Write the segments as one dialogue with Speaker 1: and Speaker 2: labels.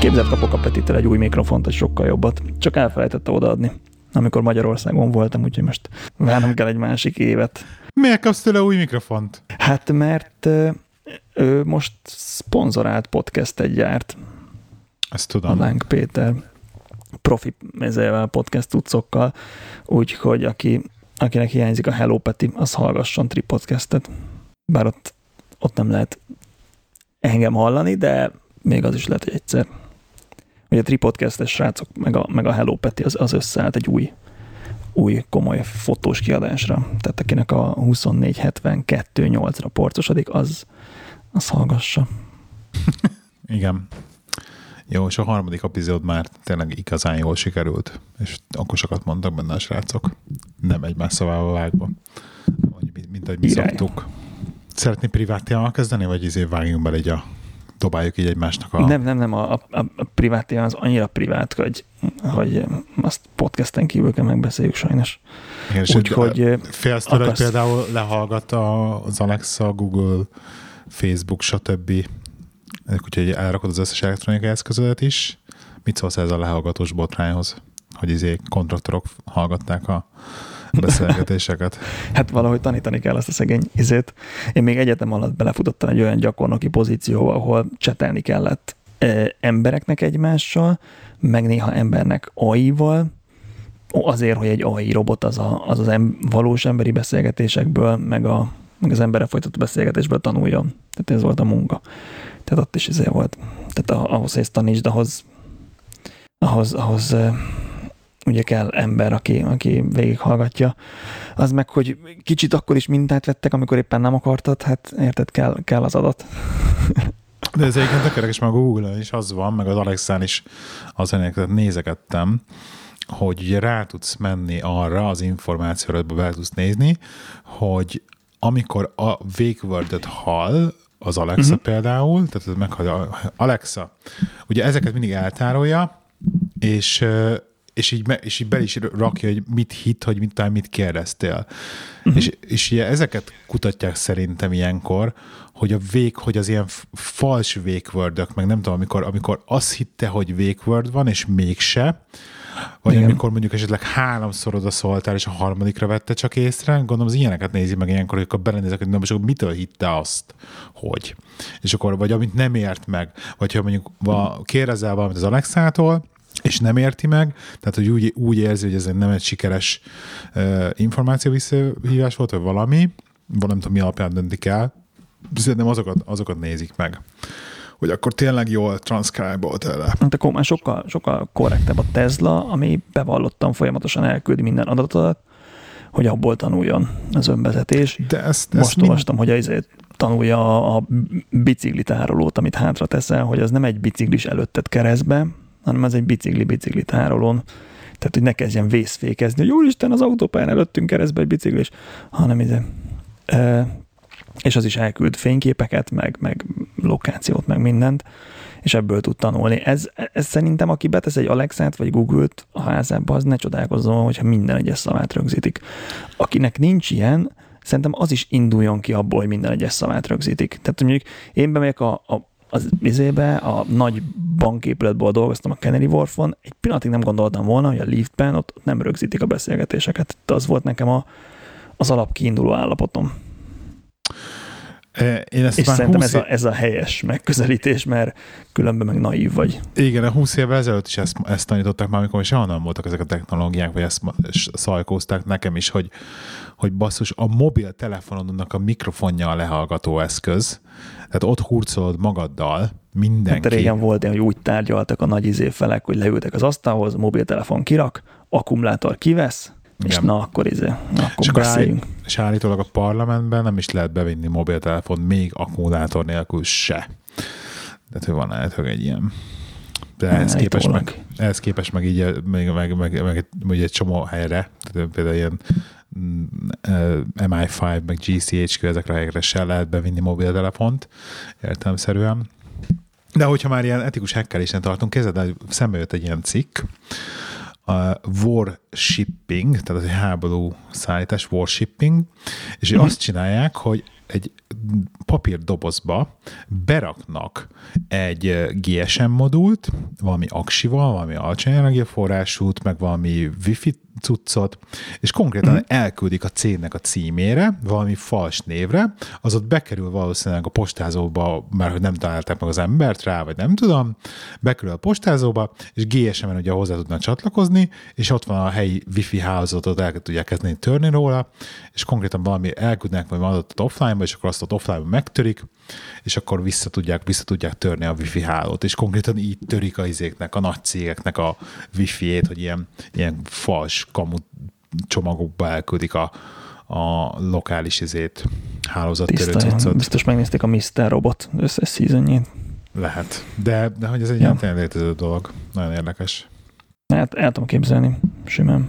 Speaker 1: Képzeld, kapok a Petitől egy új mikrofont, egy sokkal jobbat. Csak elfelejtette odaadni, amikor Magyarországon voltam, úgyhogy most várnom kell egy másik évet.
Speaker 2: Miért kapsz tőle új mikrofont?
Speaker 1: Hát mert ő most szponzorált podcastet gyárt.
Speaker 2: Ezt tudom.
Speaker 1: A Láng Péter profi ezzel podcast tudszokkal, úgyhogy akinek hiányzik a Hello Peti, az hallgasson Trip podcastet. Bár ott nem lehet engem hallani, de még az is lehet, hogy egyszer. Ugye a Trip podcastes srácok, meg a Hello Peti az összeállt egy új komoly fotós kiadásra. Tehát akinek a 24-72-8-ra porcosodik, az hallgassa.
Speaker 2: Igen. Jó, és a harmadik epizód már tényleg igazán jól sikerült, és okosakat mondtak benne a srácok. Nem egymás szavával vágva, mint ahogy mi szoktuk. Szeretné privát témával kezdeni, vagy vágjunk bele így dobáljuk így egymásnak a...
Speaker 1: Nem, a privát téma az annyira privát, hogy azt podcasten kívül kell megbeszéljük sajnos.
Speaker 2: Úgyhogy félsz tőle, hogy például lehallgat az Alexa, Google, Facebook, stb. Úgyhogy elrakod az összes elektronikai eszközödet is. Mit szólsz ez a lehallgatós botrányhoz? Hogy kontraktorok hallgatták a beszélgetéseket?
Speaker 1: Hát valahogy tanítani kell azt a szegény izét. Én még egyetem alatt belefutottam egy olyan gyakornoki pozícióba, ahol csetelni kellett embereknek egymással, meg néha embernek AI-val, azért, hogy egy AI robot az valós emberi beszélgetésekből, meg az emberre folytatott beszélgetésből tanuljon. Tehát ez volt a munka. Tehát ott is volt. Tehát ahhoz, hogy ezt tanítsd, ahhoz ugye kell ember, aki végighallgatja. Az meg, hogy kicsit akkor is mintát vettek, amikor éppen nem akartad, hát érted, kell az adat.
Speaker 2: De ez egyébként tökéletes, meg a Google-on is az van, meg az Alexán is azért nézegettem, hogy ugye rá tudsz menni arra az információra, be tudsz nézni, hogy amikor a wake word-öt hall, az Alexa például, tehát meghallja Alexa, ugye ezeket mindig eltárolja, és így be is rakja, hogy mit hitt, hogy mit kérdeztél. És ugye ezeket kutatják szerintem ilyenkor, hogy az ilyen fals wake word-ök, meg nem tudom, amikor azt hitte, hogy wake word van, és mégse, vagy igen. Amikor mondjuk esetleg 3-szor odaszóltál, és a harmadikra vette csak észre, gondolom az ilyeneket nézi meg ilyenkor, hogy akkor belenézek, hogy most mitől hitte azt, hogy. És akkor, vagy amit nem ért meg, vagy ha mondjuk kérdezel valamit az Alexától, és nem érti meg, tehát hogy úgy érzi, hogy ez nem egy sikeres információ visszahívás volt, vagy valami, nem tudom, mi alapján döntik el, szerintem azokat nézik meg, hogy akkor tényleg jól transzkrájbolt el.
Speaker 1: Hát akkor már sokkal korrektebb a Tesla, ami bevallottan folyamatosan elküldi minden adatot, hogy abból tanuljon az önvezetés.
Speaker 2: De
Speaker 1: most olvastam, hogy azért tanulja a biciklitárolót, amit hátra teszel, hogy az nem egy biciklis előtted keresztbe, hanem ez egy bicikli tárolón. Tehát, hogy ne kezdjen vészfékezni, hogy úristen, az autópályán előttünk keresztbe egy biciklis, hanem és az is elküld fényképeket, meg lokációt, meg mindent, és ebből tud tanulni. Ez szerintem, aki betesz egy Alexát vagy Google-t a házába, az ne csodálkozzon, hogyha minden egyes szavát rögzítik. Akinek nincs ilyen, szerintem az is induljon ki abból, hogy minden egyes szavát rögzítik. Tehát mondjuk én bemegyek az a nagy banképületből dolgoztam a Canary Wharfon, egy pillanatig nem gondoltam volna, hogy a liftben ott nem rögzítik a beszélgetéseket. De az volt nekem az alapkiinduló állapotom. És szerintem ez a helyes megközelítés, mert különben meg naív vagy.
Speaker 2: Igen, 20 évvel ezelőtt is ezt tanították már, amikor soha nem voltak ezek a technológiák, vagy ezt szajkózták nekem is, hogy basszus, a mobiltelefonodnak a mikrofonja a lehallgató eszköz, tehát ott hurcolod magaddal, mindenki.
Speaker 1: Hát régen volt ilyen, hogy úgy tárgyaltak a nagy felek, hogy leültek az asztalhoz, a mobiltelefon kirak, akkumulátor kivesz, igen. És akkor beszéljünk.
Speaker 2: És állítólag a parlamentben nem is lehet bevinni mobiltelefon még akkumulátor nélkül se. Tehát, hogy van állítólag egy ilyen. De ehhez képest meg így meg egy csomó helyre, tehát például ilyen MI5, meg GCHQ, ezekre a helyekre se lehet bevinni mobiltelefont, értelemszerűen. De hogyha már ilyen etikus hackerésen tartunk, kezdve szembe jött egy ilyen cikk, a warshipping, tehát az egy háború szállítás, warshipping, és azt csinálják, hogy egy papírdobozba beraknak egy GSM modult, valami aksival, valami alacsony energiaforrásút, meg valami wifi cuccot, és konkrétan elküldik a cégnek a címére, valami fals névre, az ott bekerül valószínűleg a postázóba, mert hogy nem találták meg az embert rá, vagy nem tudom, bekerül a postázóba, és GSM-en ugye hozzá tudnak csatlakozni, és ott van a helyi wifi hálózatot, el tudják kezdeni törni róla, és konkrétan valami elküldnek vagy adatot offline-ba, és akkor azt ott offline-ba megtörik, és akkor vissza tudják törni a wifi hálót, és konkrétan így törik a izéknek, a nagy cégeknek a wifi-ét, hogy ilyen fals kamu csomagokba elküldik a lokális hálózattörő cuccot.
Speaker 1: Biztos megnézték a Mr. Robot összes seasonjét.
Speaker 2: Lehet. De hogy ez egy ilyen tényleg létező dolog. Nagyon érdekes.
Speaker 1: Hát el tudom képzelni, simán.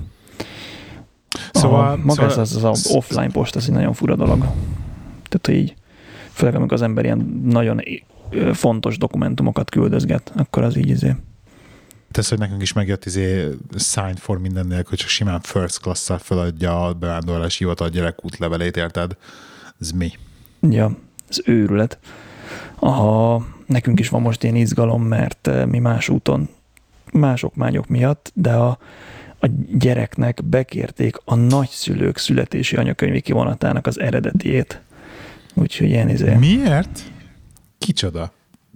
Speaker 2: Szóval
Speaker 1: ez az offline post, ez egy nagyon fura dolog. Tehát, hogy így, főleg amikor az ember ilyen nagyon fontos dokumentumokat küldözget, akkor az így
Speaker 2: Tesz, hogy nekünk is megjött signed for minden nélkül, hogy csak simán first class-szal feladja a bevándorlási hivatal gyerekútlevelét, érted? Ez mi?
Speaker 1: Ja, ez őrület. Nekünk is van most ilyen izgalom, mert mi más úton, más okmányok miatt, de a gyereknek bekérték a nagyszülők születési anyakönyvi kivonatának az eredetiét. Úgyhogy ilyen
Speaker 2: Miért? Kicsoda?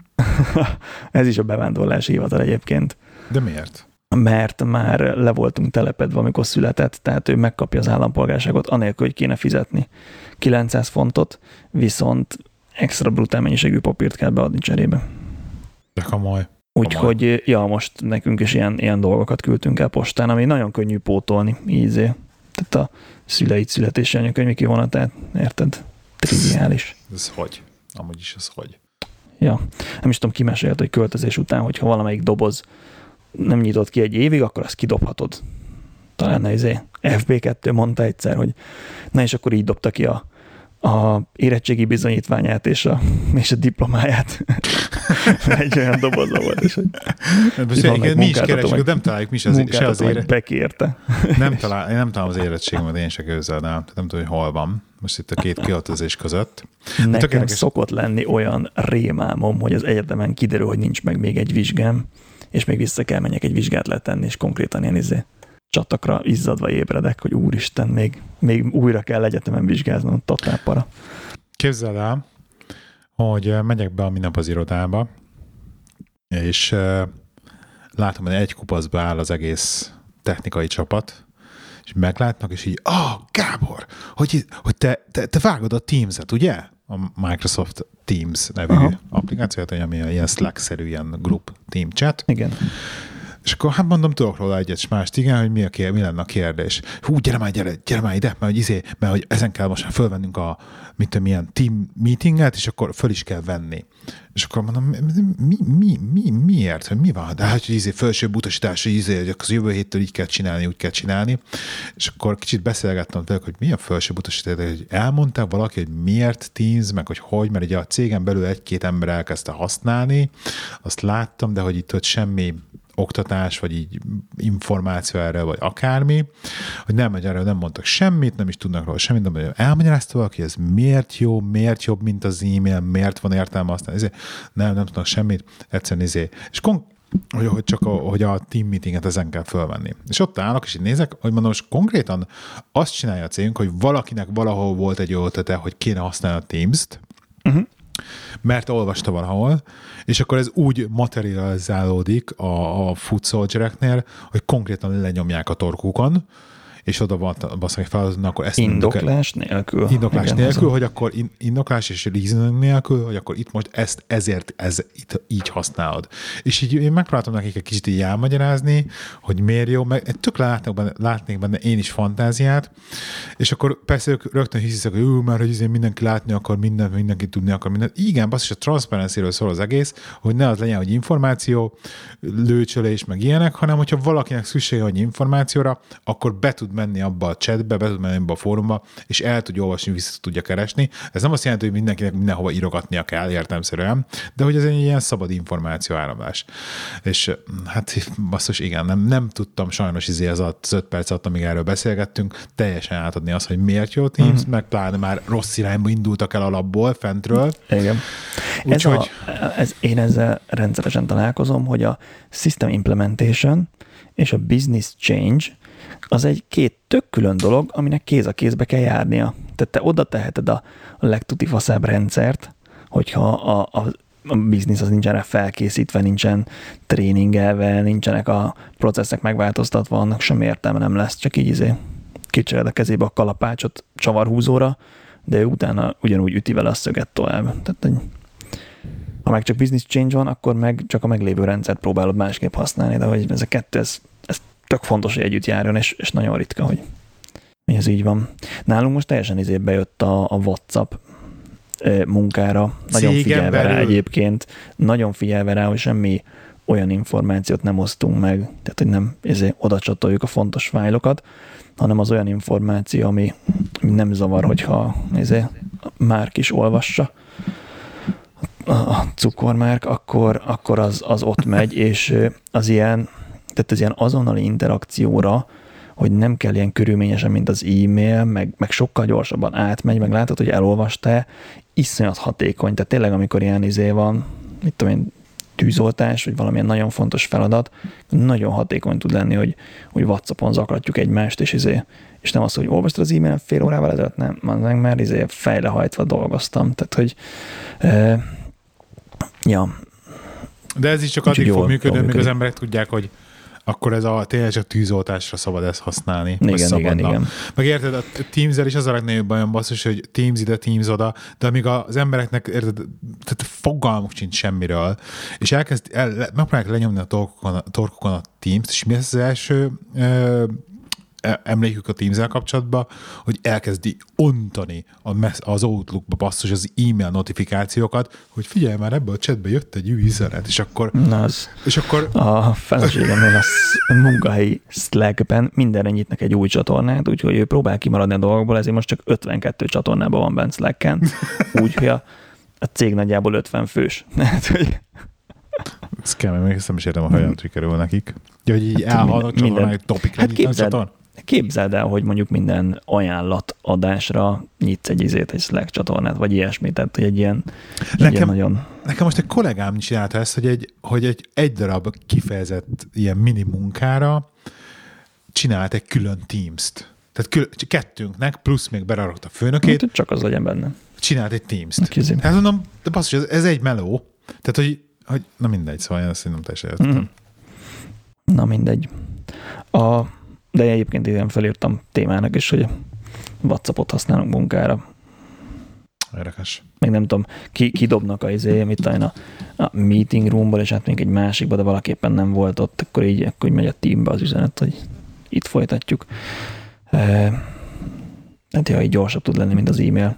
Speaker 1: Ez is a bevándorlási hivatal egyébként.
Speaker 2: De miért?
Speaker 1: Mert már le voltunk telepedve, amikor született, tehát ő megkapja az állampolgárságot, anélkül, hogy kéne fizetni 900 fontot, viszont extra brutál mennyiségű papírt kell beadni cserébe.
Speaker 2: De komoly.
Speaker 1: Úgyhogy, most nekünk is ilyen dolgokat küldtünk el postán, ami nagyon könnyű pótolni, így. Tehát a szüleiti anyakönyvi kivonatát, érted? Triviális.
Speaker 2: Ez hogy? Amúgy is ez hogy?
Speaker 1: Ja, nem is tudom, ki mesélt, hogy költözés után, hogyha valamelyik doboz nem nyitott ki egy évig, akkor azt kidobhatod. Talán FB2 mondta egyszer, hogy na és akkor így dobta ki a érettségi bizonyítványát és a diplomáját. Egy olyan doboza volt. És hogy
Speaker 2: mi is keresünk, nem találjuk mi se az érettségimet.
Speaker 1: Bekérte.
Speaker 2: Nem találom az érettségimet, én se képzelném. Nem tudom, hogy hol van. Most itt a két költözés között.
Speaker 1: Nekem szokott lenni olyan rémálmom, hogy az egyetemen kiderül, hogy nincs meg még egy vizsgám, és még vissza kell menjek egy vizsgát letenni, és konkrétan ilyen csatakra izzadva ébredek, hogy úristen, még újra kell egyetemen vizsgáznom, totál para.
Speaker 2: Képzeld el, hogy megyek be a minap az irodába, és látom, hogy egy kupacba áll az egész technikai csapat, és meglátnak, és így, Gábor, hogy te vágod a Teams-et, ugye? A Microsoft Teams nevű applikációt, ami ilyen Slack-szerű, ilyen group team chat.
Speaker 1: Igen.
Speaker 2: És akkor hát mondom, tudok róla egyet mást, igen, hogy mi lenne a kérdés. Gyere már ide, mert hogy ezen kell most fölvennünk milyen team meetinget, és akkor föl is kell venni. És akkor mondom, miért? Hogy mi van? De hát, hogy felsőbb utasítás, hogy az jövő héttől így kell csinálni, úgy kell csinálni. És akkor kicsit beszélgettem velük, hogy mi a felsőbb utasítás, hogy elmondták valaki, hogy miért Teams, meg hogy, mert ugye a cégen belül egy-két ember elkezdte használni, azt láttam, de hogy itt ott semmi oktatás, vagy így információ erre, vagy akármi, hogy erről nem mondtak semmit, nem is tudnak róla semmit, de elmagyarázta valaki, ez miért jó, miért jobb, mint az e-mail, miért van értelme aztán, nem tudnak semmit, egyszerűen és hogy a team meetinget ezen kell fölvenni. És ott állok, és így nézek, hogy mondom, most konkrétan azt csinálja a cégünk, hogy valakinek valahol volt egy ötlete, hogy kéne használni a Teams-t, mert olvasta valahol, és akkor ez úgy materializálódik a food soldiereknél, hogy konkrétan lenyomják a torkukon, és oda basszak egy feladatnak, akkor ezt
Speaker 1: indoklás nélkül.
Speaker 2: Indoklás nélkül, hogy akkor indoklás és reasoning nélkül, hogy akkor itt most ezért itt így használod. És így én megpróbáltam nekik egy kicsit így elmagyarázni, hogy miért jó, meg tök látnék benne én is fantáziát, és akkor persze ők rögtön hiszik, hogy mert hogy mindenki látni akar mindent, mindenki tudni akar mindent. Igen, basszus, a transzparencyről szól az egész, hogy ne az legyen, hogy információ, lőcsölés, meg ilyenek, hanem hogyha valakinek szüksége van információra, akkor be tud tud menni abba a chatbe, be tud menni abba a fórumba, és el tudja olvasni, vissza tudja keresni. Ez nem azt jelenti, hogy mindenkinek mindenhova írogatnia kell értelemszerűen, de hogy ez egy ilyen szabad információ áramlás. És hát basszus, igen, nem tudtam sajnos az 5 perc alatt, amíg erről beszélgettünk, teljesen átadni azt, hogy miért jó Teams, meg pláne már rossz irányba indultak el alapból, fentről.
Speaker 1: Igen. Én ezzel rendszeresen találkozom, hogy a System Implementation és a Business Change az egy két tök külön dolog, aminek kéz a kézbe kell járnia. Tehát te oda teheted a legtutifaszább rendszert, hogyha a biznisz az nincsen rá felkészítve, nincsen tréningelve, nincsenek a processzek megváltoztatva, annak sem értelme nem lesz, csak így kicsered a kezébe a kalapácsot csavarhúzóra, de ő utána ugyanúgy üti vele a szöget tovább. Tehát, ha meg csak business change van, akkor meg csak a meglévő rendszert próbálod másképp használni, de hogy ez a kettő, ez tök fontos, hogy együtt járjon, és nagyon ritka, hogy ez így van. Nálunk most teljesen bejött a WhatsApp munkára, nagyon figyelve rá egyébként, nagyon figyelve rá, hogy semmi olyan információt nem osztunk meg, tehát hogy nem oda csatoljuk a fontos fájlokat, hanem az olyan információ, ami nem zavar, hogyha Márk is olvassa, a cukormárk, akkor az ott megy, és az ilyen azonnali interakcióra, hogy nem kell ilyen körülményesen, mint az e-mail, meg sokkal gyorsabban átmegy, meg látod, hogy elolvastál, iszonyat hatékony. Tehát tényleg, amikor ilyen van, mit tudom én, tűzoltás, vagy valamilyen nagyon fontos feladat, nagyon hatékony tud lenni, hogy WhatsAppon zaklatjuk egymást, és nem az, hogy olvastad az e-mailen fél órával ezelőtt, nem, meg már fejlehajtva dolgoztam. Tehát, hogy ja.
Speaker 2: De ez is csak addig fog működni, míg az emberek tudják, hogy akkor ez tényleg csak tűzoltásra szabad ezt használni. Igen. Meg érted, a Teams-el is az a legnagyobb bajom basszus, hogy Teams ide, Teams oda, de amíg az embereknek érted, tehát fogalmuk sincs semmiről, és megpróbálják lenyomni a torkokon a Teams-t, és mi ez az első emlékük a Teams-el kapcsolatban, hogy elkezdi ontani az Outlook-ba basszus az e-mail notifikációkat, hogy figyelj már, ebből a chatbe jött egy új üzenet, és akkor...
Speaker 1: A feleségemnél a munkahelyi Slackben mindenre nyitnak egy új csatornát, úgyhogy ő próbál kimaradni a dolgokból, ezért most csak 52 csatornában van bent Slacken, úgyhogy a cég nagyjából 50 fős.
Speaker 2: Ez kell, még nem is értem, hogy hogyan sikerül nekik. Ja, hogy így elhalnak csatornának topikra nyitnak csatorn?
Speaker 1: Képzeld el, hogy mondjuk minden ajánlatadásra nyitsz egy Slack csatornát, vagy ilyesmit, tehát hogy egy ilyen nagyon...
Speaker 2: Nekem most egy kollégám csinálta ezt, hogy egy darab kifejezett ilyen mini munkára csinált egy külön Teams-t. Tehát kettőnknek, plusz még berarakta a főnökét.
Speaker 1: Hát, csak az legyen benne.
Speaker 2: Csinált egy Teams-t. Hát mondom, de basszus, ez egy meló. Tehát, hogy na mindegy, szóval ezt én nem teljesen értem.
Speaker 1: Na mindegy. De egyébként ilyen felírtam témának is, hogy WhatsAppot használunk munkára.
Speaker 2: Érdekes.
Speaker 1: Még nem tudom, kidobnak a meeting roomból, és hát még egy másikba, de valaképpen nem volt ott, akkor így megy a Teambe az üzenet, hogy itt folytatjuk. Hát így gyorsabb tud lenni, mint az e-mail.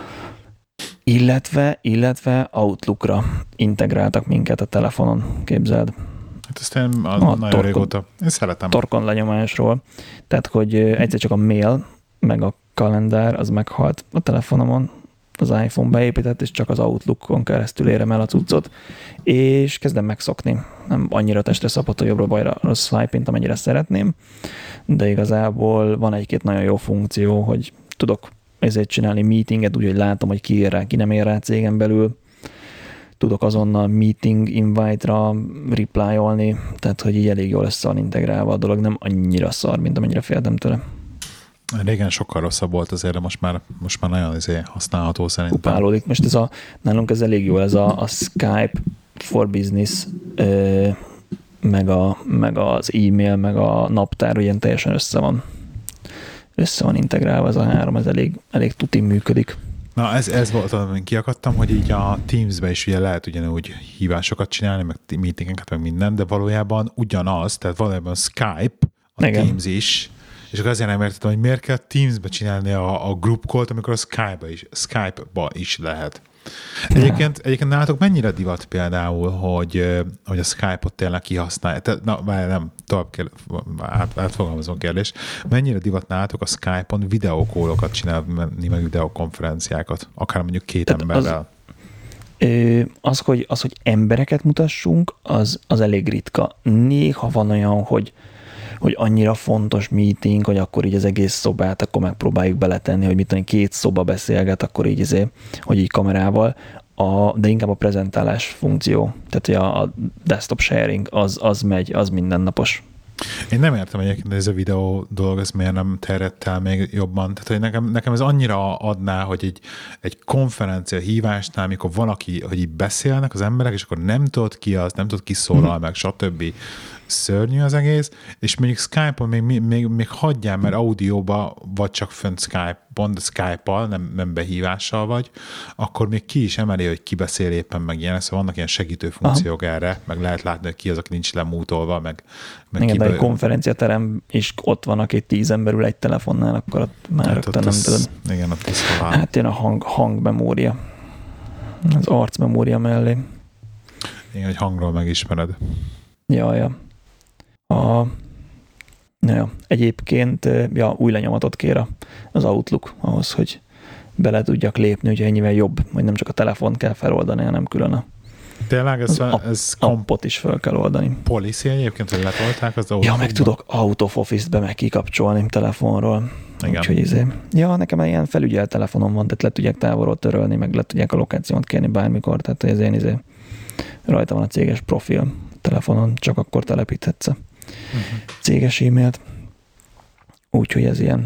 Speaker 1: Illetve Outlookra integráltak minket a telefonon, képzeld.
Speaker 2: Hát ezt én nagyon régóta. Én szeretem.
Speaker 1: Torkon lenyomásról. Tehát, hogy egyszer csak a mail, meg a kalendár, az meghalt a telefonomon, az iPhone beépített, és csak az Outlookon keresztül érem el a cuccot, és kezdem megszokni. Nem annyira testre szabott a jobbra-balra a swipe, mint amennyire szeretném, de igazából van egy-két nagyon jó funkció, hogy tudok ezért csinálni meetinget, úgyhogy látom, hogy ki ér rá, ki nem ér rá cégen belül. Tudok azonnal meeting invite-ra reply-olni, tehát hogy így elég jól össze van integrálva a dolog, nem annyira szar, mint amennyire féltem tőle.
Speaker 2: Régen sokkal rosszabb volt azért, de most már nagyon használható szerintem.
Speaker 1: Kupálódik. Most nálunk ez elég jó, ez a Skype for Business, meg az e-mail, meg a naptár, ilyen teljesen össze van integrálva ez a három, ez elég tuti működik.
Speaker 2: Na ez volt, amit kiakadtam, hogy így a Teams-be is ugye lehet ugyanúgy hívásokat csinálni, meg meetingeket, meg minden, de valójában ugyanaz, tehát valójában Skype, a igen. Teams is, és akkor azért nem értettem, hogy miért kell Teams-be csinálni a group call-t, amikor a Skype-ba is lehet. Egyébként nálatok mennyire divat például, hogy a Skype-ot tényleg kihasználja? Nem, tovább átfogalmazom kérdést. Mennyire divat nálatok a Skype-on videokólokat csinálni, meg videokonferenciákat? Akár mondjuk két emberrel.
Speaker 1: Az, hogy embereket mutassunk, az elég ritka. Néha van olyan, hogy annyira fontos meeting, hogy akkor így az egész szobát, akkor megpróbáljuk beletenni, hogy mit tudom, két szoba beszélget, akkor így hogy így kamerával, de inkább a prezentálás funkció, tehát a desktop sharing, az megy, az mindennapos.
Speaker 2: Én nem értem egyébként, hogy ez a videó dolog, ez miért nem terjedt el még jobban. Tehát, hogy nekem ez annyira adná, hogy egy konferencia hívásnál, amikor valaki, hogy így beszélnek az emberek, és akkor nem tudod ki az, nem tudod ki szólal meg, stb. Szörnyű az egész, és mondjuk Skype-on még hagyjál, mert audióba vagy csak fönt Skype-on, de Skype-al, nem behívással vagy, akkor még ki is emeli, hogy ki beszél éppen meg ilyen, szóval vannak ilyen segítő funkciók erre, meg lehet látni, hogy ki az, aki nincs lemútolva, meg
Speaker 1: igen, de egy konferenciaterem, és ott van, aki 10 ember ül egy telefonnál, akkor ott már rögtön nem tudod.
Speaker 2: Igen, ott az
Speaker 1: hát jön a hangmemória, az arcmemória mellé.
Speaker 2: Igen, hogy hangról megismered.
Speaker 1: Ja. Egyébként új lenyomatot kér az Outlook ahhoz, hogy bele tudjak lépni, úgyhogy ennyivel jobb, hogy nem csak a telefont kell feloldani, hanem külön
Speaker 2: tényleg ez
Speaker 1: appot is fel kell oldani.
Speaker 2: Policy egyébként, hogy letolták az Outlook-ba?
Speaker 1: Ja, meg tudok out of office-be meg kikapcsolni telefonról.
Speaker 2: Igen.
Speaker 1: Úgyhogy nekem ilyen felügyelt telefonom van, tehát le tudják távolról törölni, meg le tudják a lokációt kérni bármikor, tehát ez rajta van a céges profil telefonon, csak akkor telepíthetsz a céges e-mailt. Úgyhogy ez ilyen.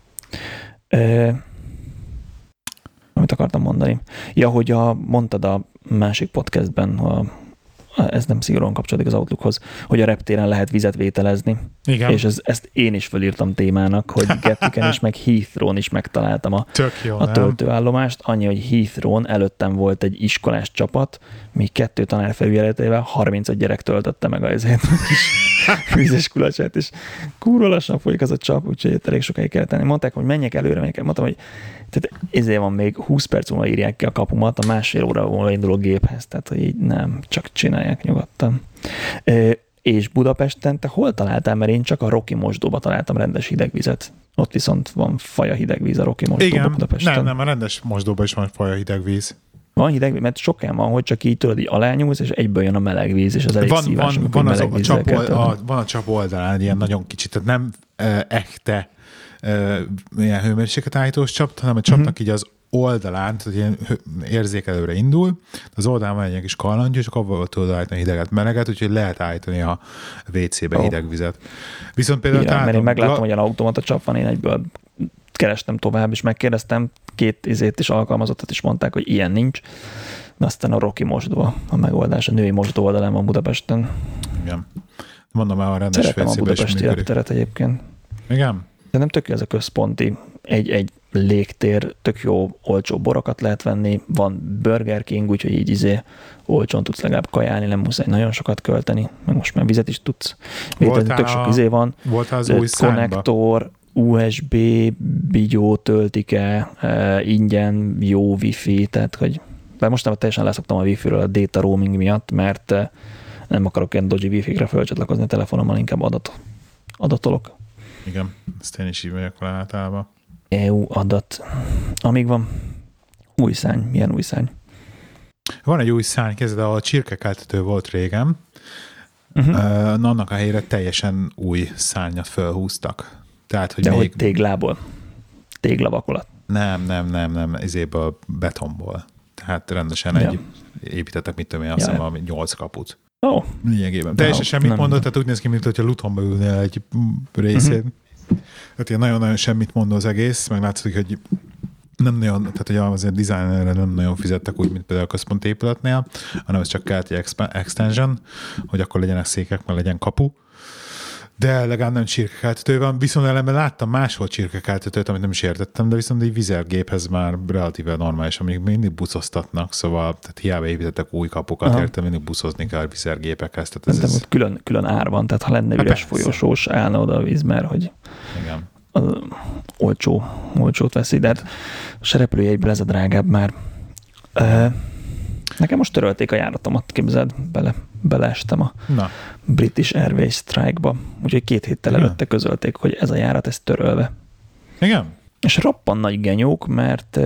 Speaker 1: Amit akartam mondani? Ja, hogy mondtad a másik podcastben, ez nem szigorúan kapcsolódik az Outlookhoz, hogy a reptéren lehet vizet vételezni.
Speaker 2: Igen.
Speaker 1: És ezt én is fölírtam témának, hogy Gatwicken is, meg Heathrow-n is megtaláltam a töltőállomást. Annyi, hogy Heathrow-n előttem volt egy iskolás csapat, míg 2 tanár felügyeletével 35 gyerek töltötte meg a vízes kulacsát, és kurva lassan folyik az a csap, úgyhogy elég sokáig kellett tenni. Mondták, hogy menjek előre, mondtam, hogy tehát ezért van még 20 perc múlva írják ki a kapumat, a másfél óra múlva induló géphez, tehát hogy így nem, csak csinálják nyugodtan. És Budapesten te hol találtál? Mert én csak a Rocky mosdóba találtam rendes hidegvizet. Ott viszont van faja hidegvíz a Rocky mosdóba Budapesten.
Speaker 2: Nem, a rendes mosdóban is van faja hidegvíz.
Speaker 1: Van hidegvíz, mert sok helyen van, hogy csak így tudod, így alányúlsz, és egyből jön a meleg víz, és az elég szívás.
Speaker 2: Van a csap oldalán ilyen nagyon kicsit, tehát nem echte ilyen hőmérséklet állítós csap, hanem a csapnak így az oldalán, tehát ilyen érzékelőre indul, az oldalán van egy ilyen kis kallantyú, és akkor tudod állítani hideget, meleget, úgyhogy lehet állítani a WC-be hidegvizet. Viszont például
Speaker 1: mert én megláttam, hogy automata csap van, én egyből kerestem tovább, és megkérdeztem 2 is alkalmazottat, és mondták, hogy ilyen nincs. De aztán a Rocky mosdó a megoldás, a női mosdó oldalán van Budapesten.
Speaker 2: Igen. Mondom már a rendes
Speaker 1: szeretem a budapesti repteret egyébként.
Speaker 2: Igen?
Speaker 1: De nem tök jó ez a központi, egy légtér, tök jó, olcsó borokat lehet venni, van Burger King, úgyhogy így olcsón tudsz legalább kajálni, nem muszáj nagyon sokat költeni, meg most már vizet is tudsz. Tök sok van.
Speaker 2: Voltál az új
Speaker 1: konnektor, USB, bigyó, töltike, ingyen, jó wifi, tehát hogy bár mostanában teljesen leszoktam a wifi-ről a data roaming miatt, mert nem akarok ilyen dodgy wifi-kre fölcsatlakozni a telefonommal, inkább adatolok.
Speaker 2: Igen, ezt én is így vagyok vele általában.
Speaker 1: EU adat. Amíg van új szárny. Milyen új szárny?
Speaker 2: Van egy új szárny, kezdve a csirkekeltető volt régen. Annak a helyére teljesen új szárnyat felhúztak. Tehát, hogy
Speaker 1: de
Speaker 2: még...
Speaker 1: hogy téglából? Téglavakolat?
Speaker 2: Nem, izéből betonból. Tehát rendesen építettek, mit tudom én, azt hiszem, 8 kaput. Lényegében. Teljesen semmit mondott, tehát úgy néz ki, mint hogyha Lutonba ülnél egy részén. Tehát ilyen nagyon-nagyon semmit mondó az egész, meg látszik, hogy nem nagyon, tehát hogy azért designerre nem nagyon fizettek úgy, mint például a központi épületnél, hanem ez csak kellett egy extension, hogy akkor legyenek székek, meg legyen kapu. De legalább nem csirkekeltető van, viszont ellenben láttam máshol csirkekeltetőt, amit nem is értettem, de viszont egy vizergéphez már relatíve normális, amíg mindig buszoztatnak, szóval tehát hiába építettek új kapukat, értem, mindig buszozni kell a vizergépekhez. Tehát ez
Speaker 1: külön ár van, tehát ha lenne üres folyosós, állna oda a víz, mert hogy olcsót veszi, de hát a serepülőjegyből ez a drágább már. Nekem most törölték a járatomat, képzeld, beleestem a British Airways strike-ba, úgyhogy 2 héttel előtte közölték, hogy ez a járat, ez törölve.
Speaker 2: Igen?
Speaker 1: És roppan nagy genyók, mert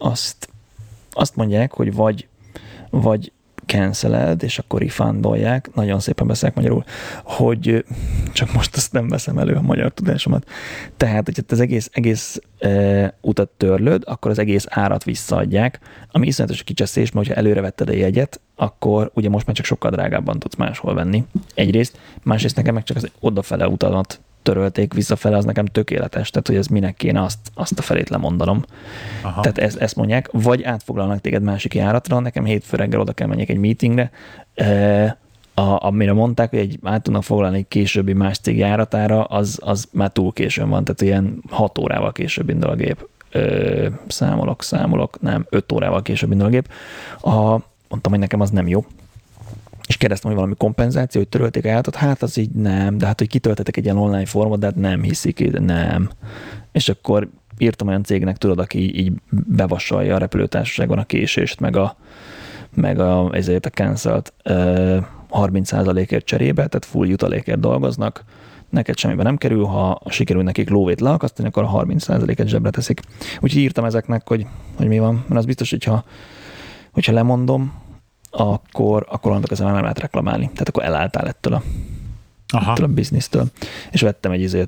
Speaker 1: azt mondják, hogy vagy canceled, és akkor refundolják, nagyon szépen beszélek magyarul, hogy csak most azt nem veszem elő a magyar tudásomat. Tehát, hogyha az egész utat törlöd, akkor az egész árat visszaadják, ami iszonyatos kicseszés, mert ha előre vetted a jegyet, akkor ugye most már csak sokkal drágábban tudsz máshol venni. Egyrészt, másrészt nekem meg csak az odafele utamat törölték, visszafele, az nekem tökéletes, tehát hogy ez minek kéne azt a felét lemondanom. Aha. Tehát ezt mondják, vagy átfoglalnak téged másik járatra, nekem hétfő reggel oda kell menjek egy meetingre, amire mondták, hogy át tudnak foglalni egy későbbi más cég járatára, az már túl későn van, tehát ilyen 6 órával később indul a gép. Számolok, nem, 5 órával később indul a gép. Mondtam, hogy nekem az nem jó. És kérdeztem, hogy valami kompenzáció, hogy törölték a járatot, hát az így nem, de hát, hogy kitöltetek egy ilyen online formot, de hát nem hiszik, de nem. És akkor írtam olyan cégnek, tudod, aki így bevasalja a repülőtársaságon a késést, ezért a cancelt 30%-ért cserébe, tehát full jutalékért dolgoznak, neked semmibe nem kerül, ha sikerül nekik lóvét leakasztani, akkor a 30%-et zsebre teszik. Úgyhogy írtam ezeknek, hogy mi van, mert az biztos, hogyha lemondom, akkor onnantól kezdve nem lehet reklamálni. Tehát akkor elálltál ettől a biznisztől. És vettem egy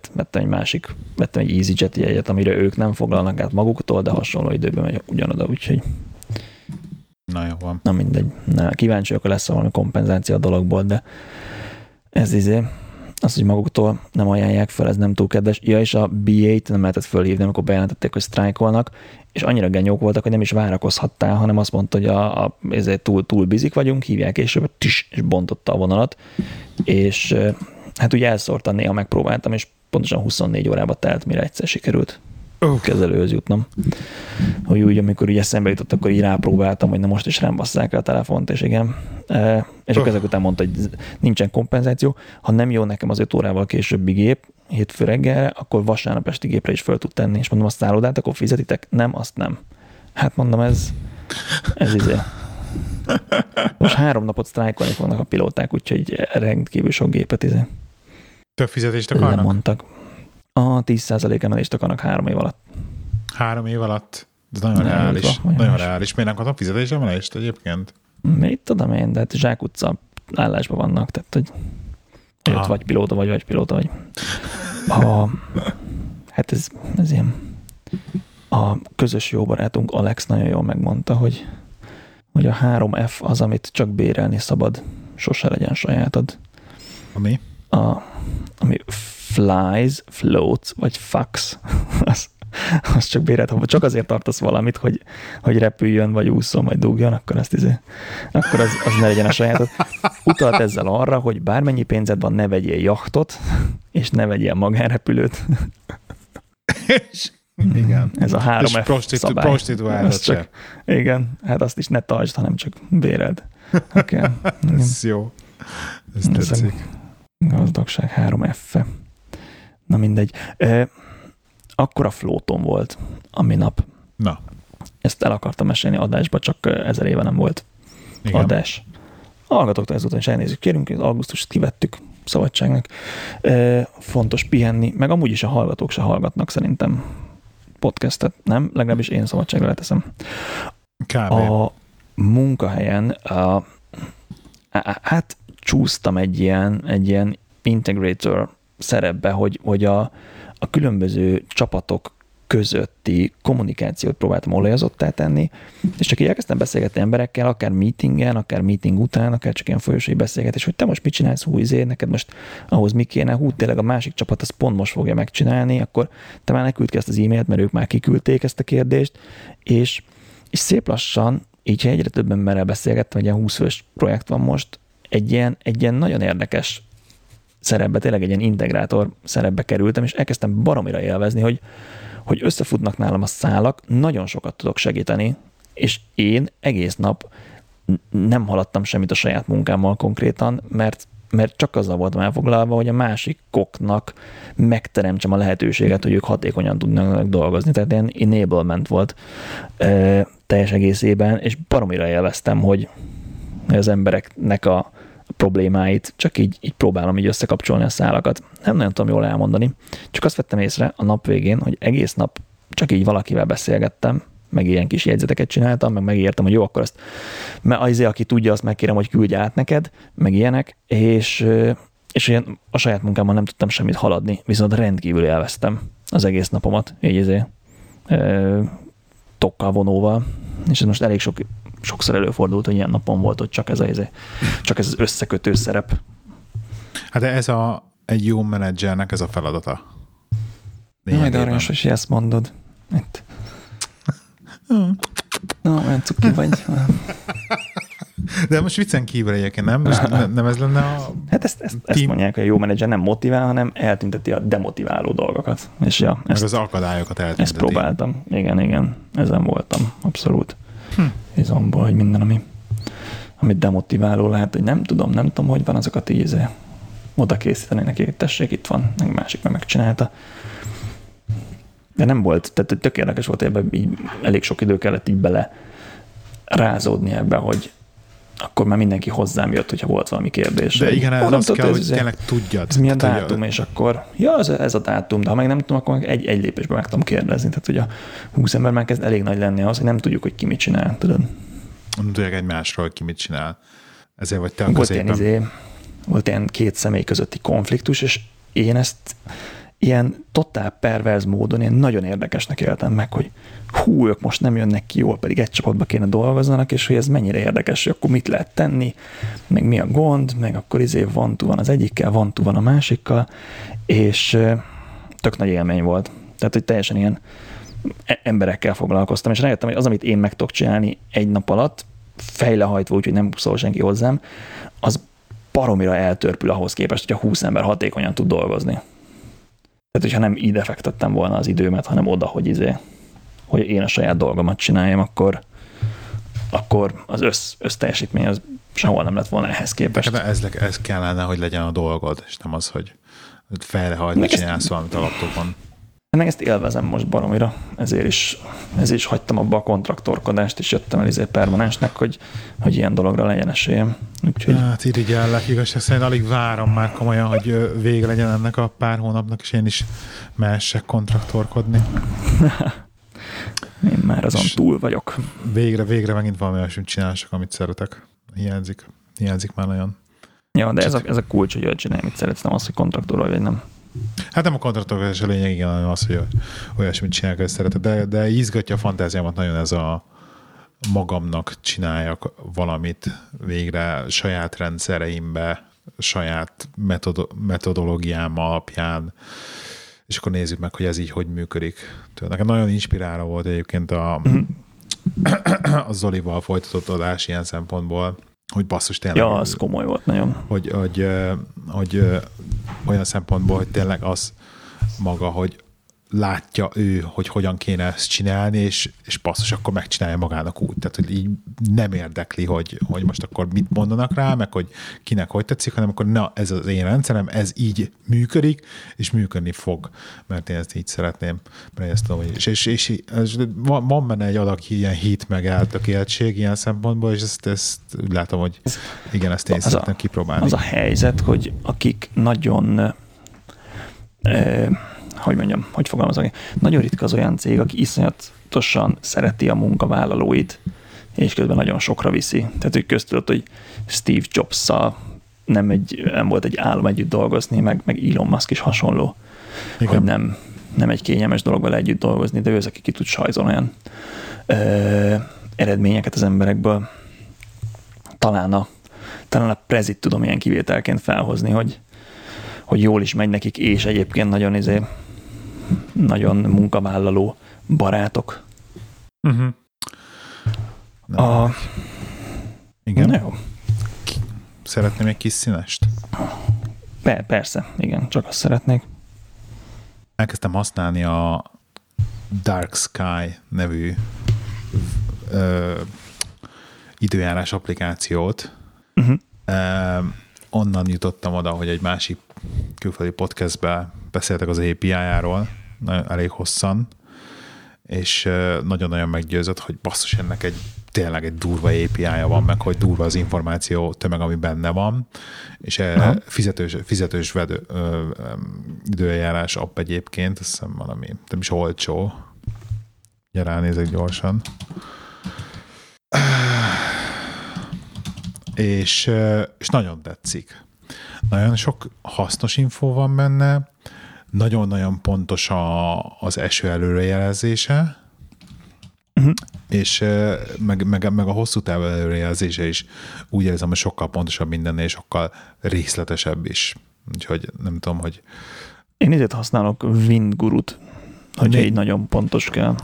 Speaker 1: EasyJet jegyet, amire ők nem foglalnak át maguktól, de hasonló időben megy ugyanoda, úgyhogy
Speaker 2: na jó van.
Speaker 1: Na mindegy. Kíváncsi, akkor lesz valami kompenzáció a dologból, de ez az, hogy maguktól nem ajánlják fel, ez nem túl kedves. Ja, és a BA-t nem lehetett fölhívni, amikor bejelentették, hogy sztrájkolnak, és annyira genyók voltak, hogy nem is várakozhattál, hanem azt mondta, hogy ezért túl bizik vagyunk, hívják később, és bontotta a vonalat, és hát ugye elszórtan néha megpróbáltam, és pontosan 24 órába telt, mire egyszer sikerült kezelőhöz jutnom. Hogy úgy, amikor így eszembe jutott, akkor így rápróbáltam, hogy na most is rám basszák el a telefont, és igen. És akkor ezek után mondta, hogy nincsen kompenzáció. Ha nem jó nekem az 5 órával későbbi gép, hétfő reggelre, akkor vasárnap esti gépre is föl tud tenni. És mondom, a szállodát, akkor fizetitek? Nem, azt nem. Hát mondom, ez Most 3 napot sztrájkolni fognak a pilóták, úgyhogy rendkívül sok gépet
Speaker 2: több fizetést akarnak?
Speaker 1: Lemondtak. A 10% emelést akarnak 3 év alatt.
Speaker 2: 3 év alatt? Ez nagyon reális. Nagyon reális. Miért nem kapnak fizetésemelést egyébként?
Speaker 1: Mit tudom én, de hát zsákutca állásban vannak, tehát hogy ott vagy pilóta vagy. Hát ez ilyen. A közös jó barátunk Alex nagyon jól megmondta, hogy a 3F az, amit csak bérelni szabad, sose legyen sajátod.
Speaker 2: Ami?
Speaker 1: Ami flies, floats, vagy fucks, az csak bérelt, ha csak azért tartasz valamit, hogy repüljön, vagy ússzon, vagy dugjon, akkor az ne legyen a sajátod. Utalt ezzel arra, hogy bármennyi pénzed van, ne vegyél jachtot, és ne vegyél magánrepülőt.
Speaker 2: Igen.
Speaker 1: Ez a 3F szabály.
Speaker 2: Prostituáltat se.
Speaker 1: Igen, hát azt is ne tartsd, hanem csak béreld. Okay.
Speaker 2: Ez jó. Ez tetszik.
Speaker 1: Gazdagság 3F-e. Na mindegy. Akkora flóton volt a minap.
Speaker 2: Na.
Speaker 1: Ezt el akartam mesélni adásba, csak 1000 éve nem volt adás. A hallgatóktól ezután is elnézzük, kérünk, az augusztust kivettük szabadságnak. Fontos pihenni, meg amúgy is a hallgatók se hallgatnak szerintem podcastet, nem? Legalábbis én szabadságra leteszem.
Speaker 2: Kb.
Speaker 1: A munkahelyen hát csúsztam egy ilyen integrator szerepbe, hogy a különböző csapatok közötti kommunikációt próbáltam olajozottá tenni, és csak így elkezdtem beszélgetni emberekkel, akár meetingen, akár meeting után, akár csak ilyen folyosói beszélgetés, hogy te most mit csinálsz, neked most ahhoz mi kéne, tényleg a másik csapat az pont most fogja megcsinálni, akkor te már ne küld ki ezt az e-mailt, mert ők már kiküldték ezt a kérdést, és szép lassan, így ha egyre több emberrel beszélgettem, egy ilyen 20 fős projekt van most, egy ilyen nagyon érdekes szerepbe, tényleg egy ilyen integrátor szerepbe kerültem, és elkezdtem baromira élvezni, hogy összefutnak nálam a szálak, nagyon sokat tudok segíteni, és én egész nap nem haladtam semmit a saját munkámmal konkrétan, mert csak azzal voltam elfoglalva, hogy a másikoknak megteremtsem a lehetőséget, hogy ők hatékonyan tudnak dolgozni. Tehát ilyen enablement volt. teljes egészében, és baromira élveztem, hogy az embereknek a problémáit csak így próbálom így összekapcsolni a szálakat. Nem nagyon tudom jól elmondani, csak azt vettem észre a nap végén, hogy egész nap csak így valakivel beszélgettem, meg ilyen kis jegyzeteket csináltam, meg megírtam, hogy jó, akkor azt, mert azért, aki tudja, azt megkérem, hogy küldje át neked, meg ilyenek, és ilyen a saját munkámmal nem tudtam semmit haladni, viszont rendkívül élveztem az egész napomat, így tokkal vonóval, és ez most elég sokszor előfordult, hogy ilyen napon volt, hogy csak ez az összekötő szerep.
Speaker 2: Hát de egy jó menedzsernek ez a feladata.
Speaker 1: Majd aranyos, hogy ezt mondod. Itt. Olyan cuki vagy.
Speaker 2: De most viccen kívül egyébként, nem? Most nem ez lenne a...
Speaker 1: Hát ezt mondják, hogy a jó menedzser nem motivál, hanem eltünteti a demotiváló dolgokat. És ja,
Speaker 2: meg az akadályokat eltünteti.
Speaker 1: Ezt próbáltam. Igen. Ezen voltam. Abszolút. Izomból, hogy minden, amit demotiváló lehet, hogy nem tudom, hogy van azokat így oda készíteni neki, hogy tessék, itt van, meg másik megcsinálta. De nem volt, tehát tök érdekes volt, ebben így elég sok idő kellett így bele rázódni ebbe, hogy akkor már mindenki hozzám jött, hogyha volt valami kérdés.
Speaker 2: De igen, az kell, hogy tényleg tudjad.
Speaker 1: Ez milyen dátum, és akkor ez a dátum, de ha meg nem tudom, akkor egy lépésben meg tudom kérdezni. Tehát, hogy a 20 ember már kezd elég nagy lenni ahhoz, hogy nem tudjuk, hogy ki mit csinál, tudod?
Speaker 2: Nem tudják egymásról, hogy ki mit csinál. Ezért vagy te a középen.
Speaker 1: Volt ilyen két személy közötti konfliktus, és én ezt ilyen totál perverz módon én nagyon érdekesnek éltem meg, hogy ők most nem jönnek ki jól, pedig egy csapatba kéne dolgozzanak, és hogy ez mennyire érdekes, hogy akkor mit lehet tenni, meg mi a gond, meg akkor van az egyikkel, van a másikkal, és tök nagy élmény volt. Tehát, hogy teljesen ilyen emberekkel foglalkoztam, és rájöttem, hogy az, amit én meg tudok csinálni egy nap alatt, fejlehajtva, úgyhogy nem szól senki hozzám, az baromira eltörpül ahhoz képest, hogy a 20 ember hatékonyan tud dolgozni. Tehát, hogyha nem ide fektettem volna az időmet, hanem oda, hogy én a saját dolgomat csináljam, akkor az összteljesítmény az sehol nem lett volna ehhez képest.
Speaker 2: De ez kellene, hogy legyen a dolgod, és nem az, hogy fejlehajtva csinálsz valamit a laptopon.
Speaker 1: Meg ezt élvezem most baromira, ezért is hagytam abba a kontraktorkodást, és jöttem el permanensnek, hogy ilyen dologra legyen esélyem. Úgyhogy... Hát
Speaker 2: irigyellek, igazság szerint alig várom már komolyan, hogy vége legyen ennek a pár hónapnak, és én is mehessek kontraktorkodni.
Speaker 1: Én már azon túl vagyok.
Speaker 2: Végre megint valami olyasmit csinálsak, amit szeretek. Hiányzik már nagyon.
Speaker 1: Ja, de ez a kulcs, hogy csinálj, amit szeretsz, nem az, hogy kontraktor vagy nem.
Speaker 2: Hát nem a kontraktorkodás a lényeg, igen, hanem az, hogy olyasmit csinálják, hogy szereted. De izgatja a fantáziámat nagyon ez a magamnak csináljak valamit végre saját rendszereimbe, saját metodológiám alapján, és akkor nézzük meg, hogy ez így hogy működik. Nekem nagyon inspiráló volt egyébként a Zolival folytatott adás ilyen szempontból, hogy basszus tényleg...
Speaker 1: Ja, az komoly volt nagyon.
Speaker 2: Hogy olyan szempontból, hogy tényleg az maga, hogy látja ő, hogy hogyan kéne ezt csinálni, és basszus, akkor megcsinálja magának úgy. Tehát, hogy így nem érdekli, hogy most akkor mit mondanak rá, meg hogy kinek hogy tetszik, hanem akkor na, ez az én rendszerem, ez így működik, és működni fog, mert én ezt így szeretném. Mert ezt tudom, és van benne egy adag ilyen hit meg eltökéltség ilyen szempontból, és ezt látom, hogy igen, ezt én szeretném kipróbálni.
Speaker 1: Az a helyzet, hogy akik nagyon hogy fogalmazok, nagyon ritka az olyan cég, aki iszonyatosan szereti a munkavállalóit, és közben nagyon sokra viszi. Tehát, hogy köztudott, hogy Steve Jobs-szal nem volt egy álom együtt dolgozni, meg Elon Musk is hasonló. Igen. Hogy nem egy kényelmes dolog vele együtt dolgozni, de ő az, aki ki tud sajzolni olyan eredményeket az emberekből. Talán a Prezit tudom ilyen kivételként felhozni, hogy jól is megy nekik, és egyébként nagyon munkavállaló barátok.
Speaker 2: Uh-huh. Igen.
Speaker 1: Na jó.
Speaker 2: Szeretném egy kis színest?
Speaker 1: Persze, igen, csak azt szeretnék.
Speaker 2: Elkezdtem használni a Dark Sky nevű időjárás applikációt. Uh-huh. Onnan jutottam oda, hogy egy másik külföldi podcastben beszéltek az API-járól, elég hosszan, és nagyon-nagyon meggyőzött, hogy basszus, ennek tényleg egy durva API-ja van, meg hogy durva az információ tömeg, ami benne van, és fizetős időjárás app egyébként, azt hiszem valami, nem is olcsó. Ugye ránézek gyorsan. És nagyon tetszik. Nagyon sok hasznos infó van benne, nagyon-nagyon pontos az eső előrejelzése, és meg a hosszú távú előrejelzése is úgy érzem, hogy sokkal pontosabb mindennél, és sokkal részletesebb is. Úgyhogy nem tudom, hogy...
Speaker 1: Én ezért használok Windgurut, hogyha így nagyon pontos kell.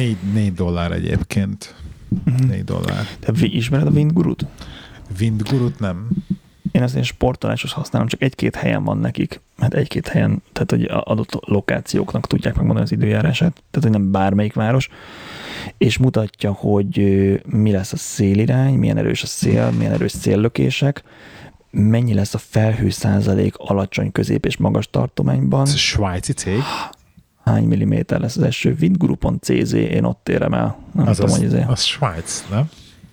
Speaker 2: $4 egyébként. $4.
Speaker 1: Te ismered a Windgurut?
Speaker 2: Windgurut nem.
Speaker 1: Én ezt sportoláshoz használom, csak egy-két helyen van nekik, mert egy-két helyen, tehát hogy adott lokációknak tudják megmondani az időjárását, tehát hogy nem bármelyik város, és mutatja, hogy mi lesz a szélirány, milyen erős a szél, milyen erős széllökések, mennyi lesz a felhő százalék alacsony, közép és magas tartományban.
Speaker 2: Ez a svájci cég?
Speaker 1: Hány milliméter lesz az eső? Windguru.cz, én ott érem el. Nem tudom, hogy azért.
Speaker 2: Az Svájc, nem?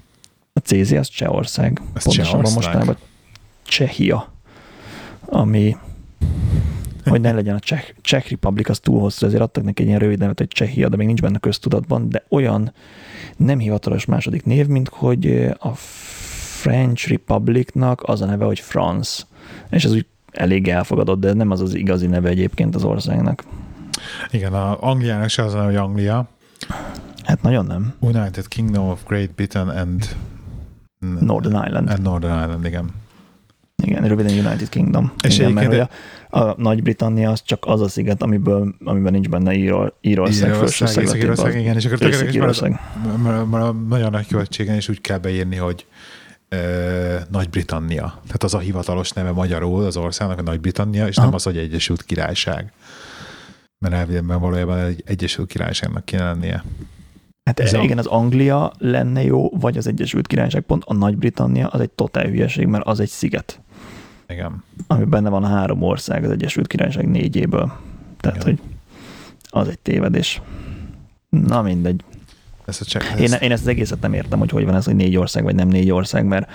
Speaker 1: A CZ az Csehország.
Speaker 2: Ez
Speaker 1: pontosabban mostanában Csehia, ami, hogy ne legyen a Czech Republic, az túl hosszú, ezért adtak neki egy ilyen rövid nevet, hogy Csehia, de még nincs benne köztudatban, de olyan nem hivatalos második név, mint hogy a French Republicnak az a neve, hogy France. És ez úgy elég elfogadott, de nem az az igazi neve egyébként az országnak.
Speaker 2: Igen, a Angliának se az a neve, hogy Anglia.
Speaker 1: Hát nagyon nem.
Speaker 2: United Kingdom of Great Britain and
Speaker 1: Northern Ireland.
Speaker 2: And Northern Ireland, igen.
Speaker 1: Igen, röviden United Kingdom.
Speaker 2: És
Speaker 1: igen, mert a Nagy-Britannia az csak az a sziget, amiben nincs benne Írország felső szegletében.
Speaker 2: Igen, és akkor tökéletes, mert nagyon nagy követségen is úgy kell beírni, hogy Nagy-Britannia. Tehát az a hivatalos neve magyarul az országnak, a Nagy-Britannia, és nem az, hogy Egyesült Királyság. Mert elvileg valójában egy Egyesült Királyságnak kéne lennie.
Speaker 1: Hát igen, az Anglia lenne jó, vagy az Egyesült Királyság pont, a Nagy-Britannia az egy totál hülyeség, mert az egy sziget.
Speaker 2: Igen.
Speaker 1: Ami benne van 3 ország az Egyesült Királyság 4-ből. Tehát, igen, hogy az egy tévedés. Na mindegy. Én ezt az egészet nem értem, hogy van ez, hogy 4 ország, vagy nem 4 ország, mert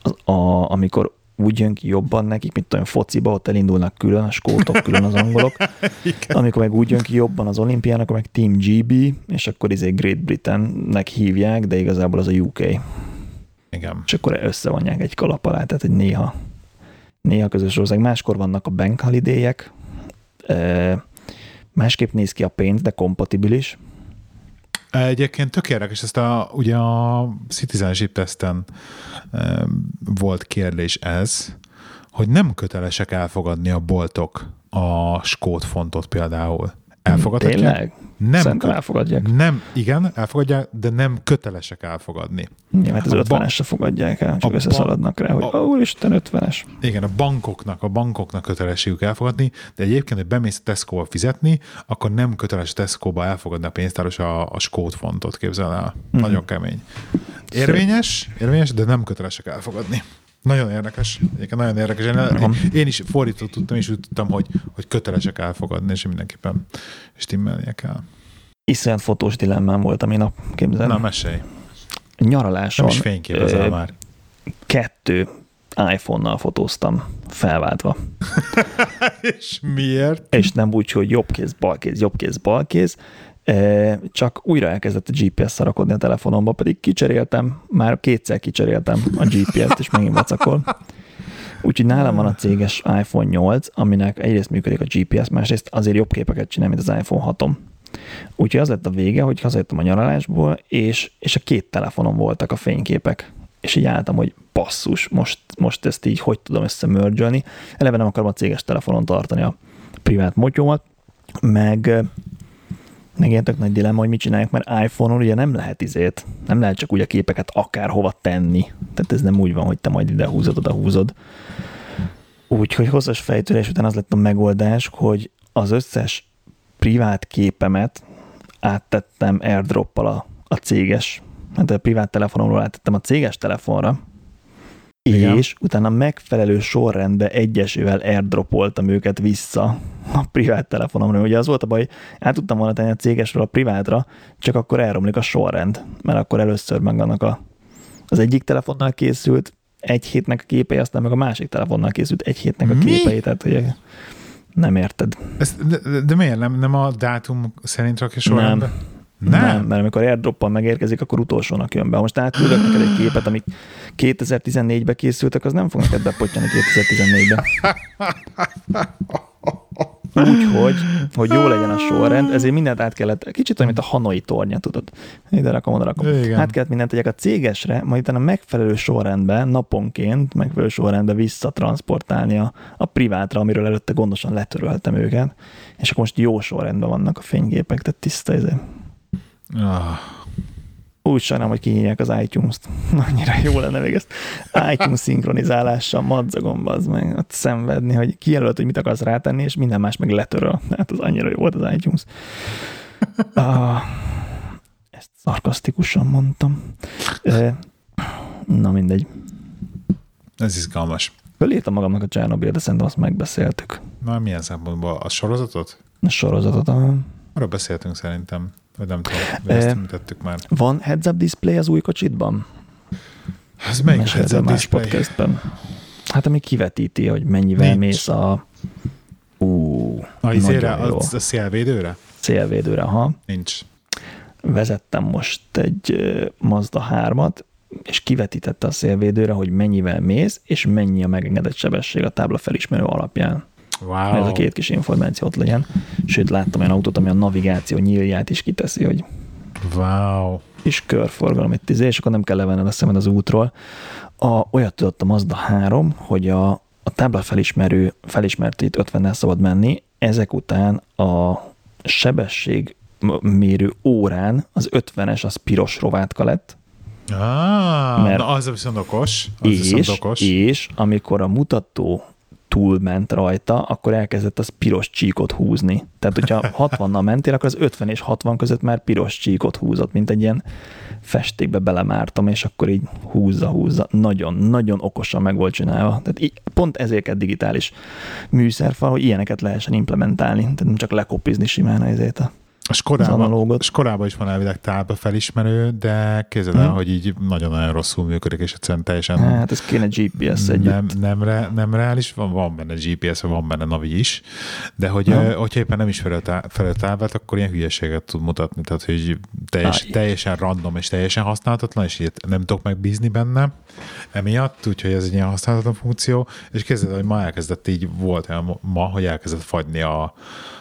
Speaker 1: amikor úgy jön ki jobban nekik, mint olyan fociba, ott elindulnak külön, a skótok, külön az angolok. Amikor meg úgy jön ki jobban az olimpián, akkor meg Team GB, és akkor Great Britainnek hívják, de igazából az a UK.
Speaker 2: Igen.
Speaker 1: És akkor összevonják egy kalap alá, tehát hogy néha közös ország. Máskor vannak a bank holiday-ek, másképp néz ki a pénz, de kompatibilis.
Speaker 2: Egyébként tök érdekes, ezt ugye a citizenship teszten volt kérdés ez, hogy nem kötelesek elfogadni a boltok a skót fontot például. Elfogadhatják?
Speaker 1: Tényleg? Szerintem elfogadják.
Speaker 2: Nem, igen, elfogadják, de nem kötelesek elfogadni.
Speaker 1: Ja, mert az 50-esre fogadják el, csak összeszaladnak rá, hogy úristen 50-es.
Speaker 2: Igen, a bankoknak kötelességük elfogadni, de egyébként, hogy bemész a Tesco-ba fizetni, akkor nem köteles Tesco-ba elfogadni a pénztáros a skót fontot, képzel el. Nagyon kemény. Érvényes, de nem kötelesek elfogadni. Nagyon érdekes. Egyébként nagyon érdekes. Én is fordított tudtam, és úgy tudtam, hogy kötelesek elfogadni, és mindenképpen stimmelnie kell.
Speaker 1: Iszonyat fotós dilemmám volt a minap, képzelni.
Speaker 2: Na, mesélj.
Speaker 1: Nyaraláson.
Speaker 2: Nem is fényképezel már.
Speaker 1: 2 iPhone-nal fotóztam, felváltva.
Speaker 2: És miért?
Speaker 1: És nem úgy, hogy jobb kéz, bal kéz, csak újra elkezdett a GPS szarakodni a telefonomba, pedig már 2-szer kicseréltem a GPS-t, és megint vacakol. Úgyhogy nálam van a céges iPhone 8, aminek egyrészt működik a GPS, másrészt azért jobb képeket csinál, mint az iPhone 6-om. Úgyhogy az lett a vége, hogy hazajöttem a nyaralásból, és a 2 telefonon voltak a fényképek. És így álltam, hogy basszus, most ezt így hogy tudom összemörgyölni. Eleve nem akarom a céges telefonon tartani a privát motyómat, meg ilyen tök nagy dilemma, hogy mit csinálják, mert iPhone-on ugye nem lehet csak úgy a képeket akárhova tenni. Tehát ez nem úgy van, hogy te majd ide húzod, oda húzod. Úgyhogy hosszas fejtörés után az lett a megoldás, hogy az összes privát képemet áttettem AirDrop-pal a céges, hát a privát telefonomról áttettem a céges telefonra,
Speaker 2: Igen.
Speaker 1: És utána megfelelő sorrendbe egyesével airdropoltam őket vissza a privát telefonomra. Ugye az volt a baj, át tudtam volna tenni a cégesről a privátra, csak akkor elromlik a sorrend, mert akkor először meg vannak az egyik telefonnal készült egy hétnek a képei, aztán meg a másik telefonnal készült egy hétnek a képei, tehát hogy nem érted.
Speaker 2: De miért nem a dátum szerint rakja sorrendbe?
Speaker 1: Nem, mert amikor airdroppal megérkezik, akkor utolsónak jön be. Ha most átküldök neked egy képet, amik 2014-ben készültek, az nem fog neked bepottyani 2014-ben. Úgyhogy, hogy jó legyen a sorrend, ezért mindent át kellett, kicsit olyan, mint a Hanoi tornya, tudod. Ide rakom, oda rakom. Át kellett mindent tegyek a cégesre, majd utána megfelelő sorrendben, naponként megfelelő sorrendben visszatransportálni a privátra, amiről előtte gondosan letöröltem őket, és akkor most jó sorrendben vannak a fénygépek, tehát tiszta ezért. Úgy sajnálom, hogy kinyírják az iTunes-t. Annyira jó lenne még ezt iTunes szinkronizálással madzagom, az meg ott szenvedni, hogy kijelölt, hogy mit akarsz rátenni, és minden más meg letöröl. Hát az annyira jó volt az iTunes. Ezt szarkasztikusan mondtam. Na mindegy.
Speaker 2: Ez izgalmas.
Speaker 1: Fölírtam magamnak a Csernobyl, de szerintem azt megbeszéltük.
Speaker 2: Na, milyen szempontból? A sorozatot?
Speaker 1: A sorozatot.
Speaker 2: Arra beszéltünk szerintem. Vagy nem tudom, de ezt említettük már.
Speaker 1: Van heads-up display az új kocsitban?
Speaker 2: Ez melyik heads-up display?
Speaker 1: Podcastben. Hát ami kivetíti, hogy mennyivel mész a
Speaker 2: a szélvédőre?
Speaker 1: Szélvédőre, aha.
Speaker 2: Nincs.
Speaker 1: Vezettem most egy Mazda 3-at, és kivetítette a szélvédőre, hogy mennyivel mész, és mennyi a megengedett sebesség a tábla felismerő alapján.
Speaker 2: Wow.
Speaker 1: Ez a két kis információ ott legyen. Sőt, láttam olyan autót, ami a navigáció nyílját is kiteszi, hogy
Speaker 2: wow.
Speaker 1: És körforgalom itt és akkor nem kell levenned a szemed az útról. Olyat tudott a Mazda 3, hogy a tábla felismertét 50-nel szabad menni, ezek után a sebességmérő órán az 50-es az piros rovátka lett.
Speaker 2: Na az viszont okos.
Speaker 1: És amikor a mutató túlment rajta, akkor elkezdett az piros csíkot húzni. Tehát, hogyha 60-nal mentél, akkor az 50 és 60 között már piros csíkot húzott, mint egy ilyen festékbe belemártam, és akkor így húzza. Nagyon, nagyon okosan meg volt csinálva. Tehát pont ezért kell digitális műszerfal, hogy ilyeneket lehessen implementálni. Tehát nem csak lekopizni simán ezért
Speaker 2: a Skodában is van elvileg tábla felismerő, de képzeld el, hogy így nagyon-nagyon rosszul működik, és egyszerűen teljesen...
Speaker 1: Hát ez kéne GPS együtt.
Speaker 2: Nem reális, van benne GPS, van benne navi is, de hogyha éppen nem is felel táblát, akkor ilyen hülyeséget tud mutatni, tehát hogy teljesen random és teljesen használhatatlan, és így nem tudok megbízni benne emiatt, úgyhogy ez egy ilyen használhatatlan funkció, és képzeld el, hogy ma elkezdett így, volt olyan hogy elkezdett fagyni a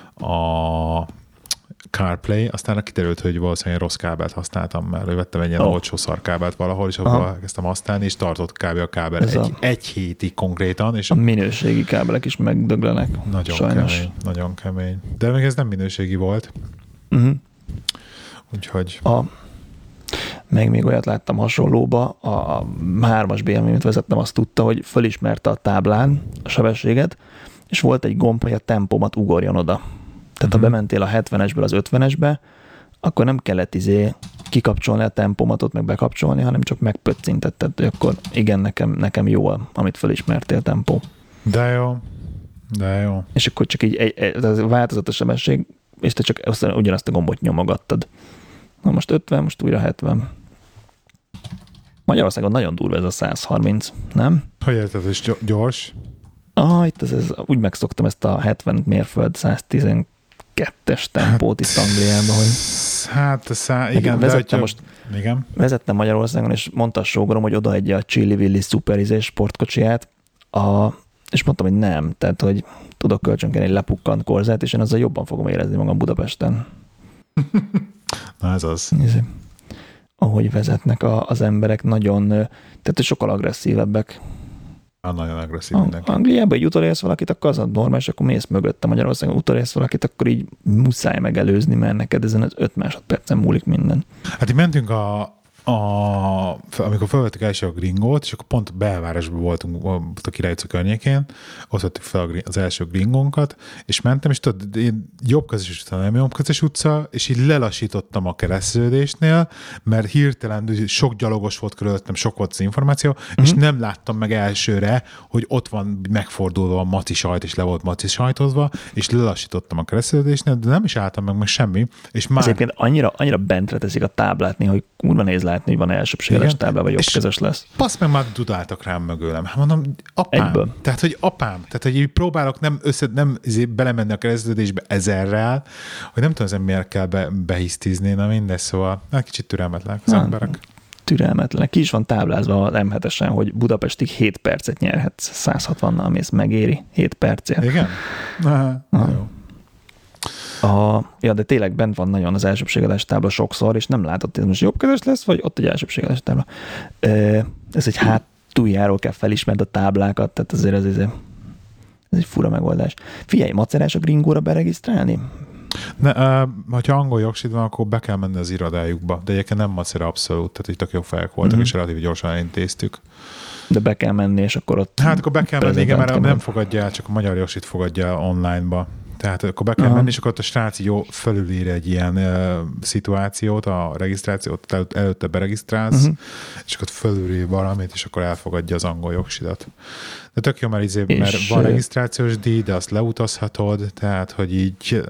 Speaker 2: CarPlay, aztán kiderült, hogy valószínűleg rossz kábelt használtam, mert vettem egy ilyen olcsó szarkábelt valahol, és abban elkezdtem használni, és tartott kb. A kábel egy hétig konkrétan. És
Speaker 1: a minőségi kábelek is megdöglenek.
Speaker 2: Nagyon
Speaker 1: sajnos.
Speaker 2: Kemény, nagyon kemény. De meg ez nem minőségi volt. Úgyhogy...
Speaker 1: Még olyat láttam hasonlóba, a 3-as BMW-t vezettem, azt tudta, hogy fölismerte a táblán a sebességet, és volt egy gomb, hogy a tempómat ugorjon oda. Tehát ha bementél a 70-esből az 50-esbe, akkor nem kellett kikapcsolni a tempomatot, meg bekapcsolni, hanem csak megpöccintetted, hogy akkor igen, nekem jó, amit felismertél tempó.
Speaker 2: De jó.
Speaker 1: És akkor csak így változott a sebesség, és te csak ugyanazt a gombot nyomogattad. Na most 50, most újra 70. Magyarországon nagyon durva ez a 130, nem?
Speaker 2: Hogy érted, és gyors?
Speaker 1: Itt ez úgy megszoktam ezt a 70 mérföld 112-es tempót itt Angliában, hogy
Speaker 2: igen,
Speaker 1: vezettem Magyarországon, és mondta a sógorom, hogy odaadja a Chili Willy szuperizés sportkocsiját, és mondtam, hogy nem, tehát, hogy tudok kölcsönkenni egy lepukkant korzát, és én azzal jobban fogom érezni magam Budapesten.
Speaker 2: Na ez az.
Speaker 1: Ahogy vezetnek az emberek nagyon, tehát sokkal agresszívebbek.
Speaker 2: Nagyon agresszív mindenki.
Speaker 1: Angliában így utolérsz valakit, akkor az a normális, akkor mész mögötte. Magyarországon utolérsz valakit, akkor így muszáj megelőzni, mert neked ezen az 5 másodpercen múlik minden.
Speaker 2: Hát így mentünk a amikor felvettük első a Gringót, és akkor pont a belvárosban voltunk a Király utca környékén, ott vettük fel az első Gringónkat, és mentem, és tudod, én jobbkezes utca, nem jobbkezes utca, és így lelassítottam a kereszteződésnél, mert hirtelen sok gyalogos volt körülöttem, sok volt az információ, és nem láttam meg elsőre, hogy ott van megfordulva a maci sajt, és le volt maci sajtozva, és lelassítottam a kereszteződésnél, de nem is álltam meg semmi, és már...
Speaker 1: Egyébként annyira bentre teszik a táblát, hogy kurva néz látni, hogy van elsőbségeles tábla, vagy jobbkezes lesz.
Speaker 2: Passz meg már dudáltak rám mögőlem. Hát mondom, apám. Egyből. Tehát, hogy így próbálok nem belemenni a kereszteződésbe ezerrel, hogy nem tudom, miért kell behisztizni, na mindegy, szóval kicsit türelmetlenek az emberek.
Speaker 1: Türelmetlenek. Ki is van táblázva az M7-esen, hogy Budapestig 7 percet nyerhetsz. 160-nal mész, megéri 7 percért.
Speaker 2: Igen? Jó.
Speaker 1: De tényleg bent van nagyon az elsőbségeles tábla sokszor, és nem látod, hogy ez most jobbkezes lesz, vagy ott egy elsőbségeles tábla. Ez egy hátuljáról kell felismerd a táblákat, tehát azért ez egy fura megoldás. Figyelj, macerás a Gringóra beregisztrálni?
Speaker 2: Ha angol jogsid van, akkor be kell menni az irodájukba, de egyébként nem macera abszolút, tehát így tök jó fejek voltak, és relatív gyorsan elintéztük.
Speaker 1: De be kell menni, és akkor ott...
Speaker 2: Hát akkor be kell menni, igen, mert nem fogadja el, csak a magyar jogsit fogadja el online-ba. Tehát akkor be kell menni, és akkor ott a srác jó fölülír egy ilyen szituációt, a regisztrációt, előtte beregisztrálsz, és akkor fölülír valamit, és akkor elfogadja az angol jogsidat. De tök jó, mert van regisztrációs díj, de azt leutazhatod, tehát, hogy így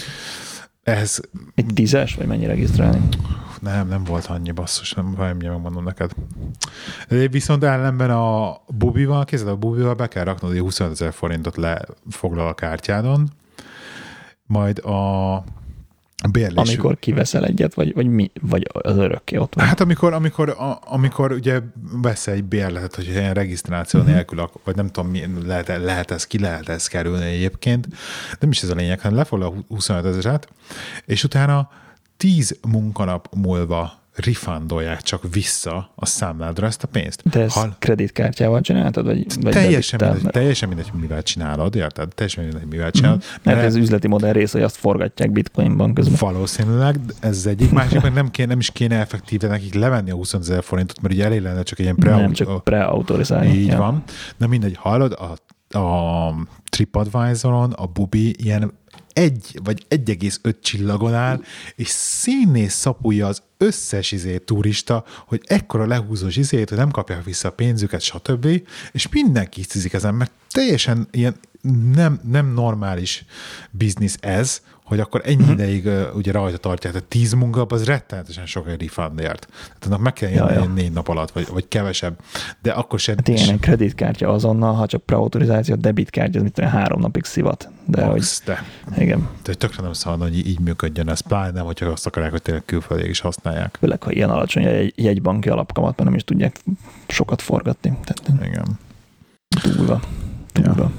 Speaker 2: ez...
Speaker 1: Egy 10-es, vagy mennyi regisztrálni?
Speaker 2: Nem volt annyi, basszus, nem megmondom neked. Viszont ellenben a bubival, a bubival be kell raknod, hogy 25 000 forintot lefoglal a kártyádon, majd a bérlés...
Speaker 1: Amikor kiveszel egyet, vagy az örökké ott van?
Speaker 2: Hát amikor ugye veszel egy bérletet, hogy ilyen regisztráció nélkül, vagy nem tudom, lehet ez kerülni egyébként, nem is ez a lényeg, hanem lefoglal 25 000-et, és utána 10 munkanap múlva refundolják csak vissza a számládra ezt a pénzt.
Speaker 1: De ezt kreditkártyával csináltad? Vagy
Speaker 2: teljesen mindegy, mivel csinálod, érted? Teljesen mindegy, mivel csinálod.
Speaker 1: Mert ez üzleti modell rész, hogy azt forgatják bitcoinban közben.
Speaker 2: Valószínűleg, ez az egyik. Másik, meg nem is kéne effektíve nekik levenni a 25 000 forintot, mert ugye elég lenne csak egy ilyen
Speaker 1: nem, csak preautorizálni.
Speaker 2: Így van. Na mindegy, hallod, a TripAdvisoron a bubi ilyen 1 vagy 1,5 csillagon áll, és színné szapulja az összes turista, hogy ekkora lehúzós hogy nem kapják vissza a pénzüket, stb. És mindenki hisztizik ezen, mert teljesen ilyen nem normális biznisz ez, hogy akkor ennyi ideig ugye rajta tartják, tehát 10 munkap, az rettenetesen sok egy refundért. Tehát annak meg kell jönni 4 nap alatt, vagy kevesebb. De akkor sem...
Speaker 1: Hát ilyen kreditkártya azonnal, ha csak preautorizáció, debitkártya, az 3 napig szivat. De igen.
Speaker 2: De tökre nem szabad, hogy így működjön ez, pláne nem, hogyha azt akarják, hogy tényleg külföldiek is használják.
Speaker 1: Főleg, ha ilyen alacsony egy jegybanki alapkamat, mert nem is tudják sokat forgatni. Tehát
Speaker 2: igen.
Speaker 1: Durva.
Speaker 2: Ja.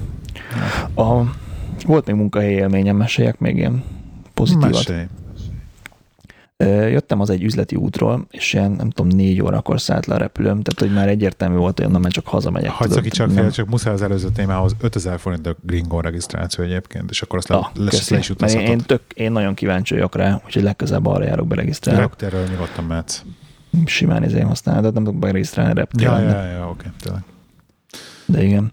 Speaker 1: Volt még munkahelyi élményem, meséljek még ilyen pozitívat.
Speaker 2: Mesélj.
Speaker 1: Jöttem az egy üzleti útról, és ilyen, nem tudom, 4 órakor szállt le a repülőm, tehát hogy már egyértelmű volt, hogy onnan már csak hazamegyek.
Speaker 2: Hagysz aki csak muszáj az előző témához 5000 forint a Gringo regisztráció egyébként, és akkor azt le is utazhatod.
Speaker 1: Én nagyon kíváncsi vagyok rá, úgyhogy legközelebb arra járok beregisztrálok.
Speaker 2: Repterről nyugodtan mehetsz.
Speaker 1: Simán használod, de nem tudok beregisztrálni reptéren.
Speaker 2: Ja, oké, tényleg.
Speaker 1: De igen.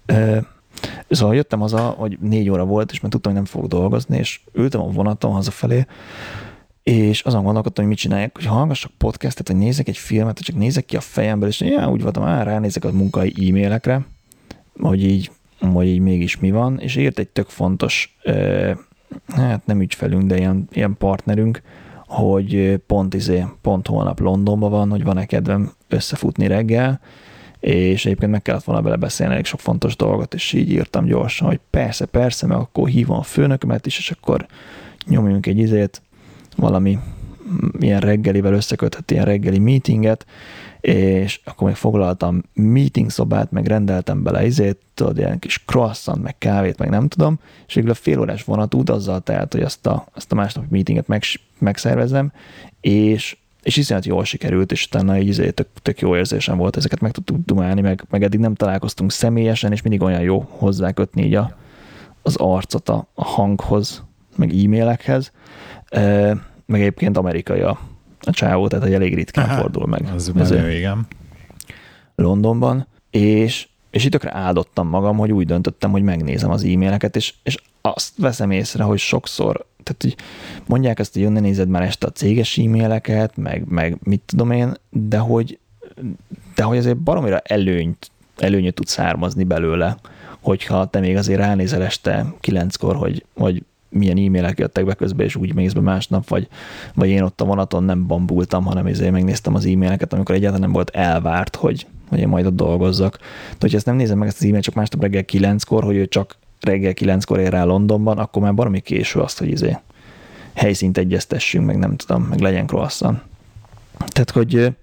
Speaker 1: Szóval jöttem haza, hogy 4 óra volt, és már tudtam, hogy nem fogok dolgozni, és ültem a vonaton hazafelé, és azon gondolkodtam, hogy mit csináljak, hogy hallgassak podcastet, vagy nézek egy filmet, vagy csak nézek ki a fejemből, és úgy voltam, ránézek a munkai e-mailekre, hogy így mégis mi van, és írt egy tök fontos, hát nem ügyfelünk, de ilyen partnerünk, hogy pont holnap Londonban van, hogy van-e kedvem összefutni reggel, és egyébként meg kellett volna vele beszélni elég sok fontos dolgot, és így írtam gyorsan, hogy persze, mert akkor hívom a főnökömet is, és akkor nyomjunk egy valami ilyen reggelivel összeköthet ilyen reggeli meetinget, és akkor még foglaltam meeting szobát, meg rendeltem bele tudod, ilyen kis croissant, meg kávét, meg nem tudom, és végül a fél órás vonatút azzal telt, hogy azt a másnapi meetinget megszervezem, és iszonyat jól sikerült, és utána így tök jó érzésem volt, ezeket meg tudtuk dumálni, meg eddig nem találkoztunk személyesen, és mindig olyan jó hozzákötni így az arcot a hanghoz, meg e-mailekhez, meg egyébként amerikai a a csávó, tehát hogy elég ritkán fordul meg.
Speaker 2: Az nagyon igen.
Speaker 1: Londonban, és itt tökre áldottam magam, hogy úgy döntöttem, hogy megnézem az e-maileket, és azt veszem észre, hogy sokszor, tehát hogy mondják ezt, hogy jönne nézed már este a céges e-maileket, meg mit tudom én, de hogy azért baromira előnyöt tud származni belőle, hogyha te még azért ránézel este 9-kor, hogy milyen e-mailek jöttek be közben, és úgy mész be másnap, vagy én ott a vonaton nem bambultam, hanem ezért megnéztem az e-maileket, amikor egyáltalán nem volt elvárt, hogy én majd ott dolgozzak. De hogyha ezt nem nézem meg ezt az e-mailt csak másnap reggel 9-kor, hogy ő csak reggel 9-kor ér rá Londonban, akkor már baromi késő azt, hogy helyszínt egyeztessünk, meg nem tudom, meg legyen croissant. Tehát, hogy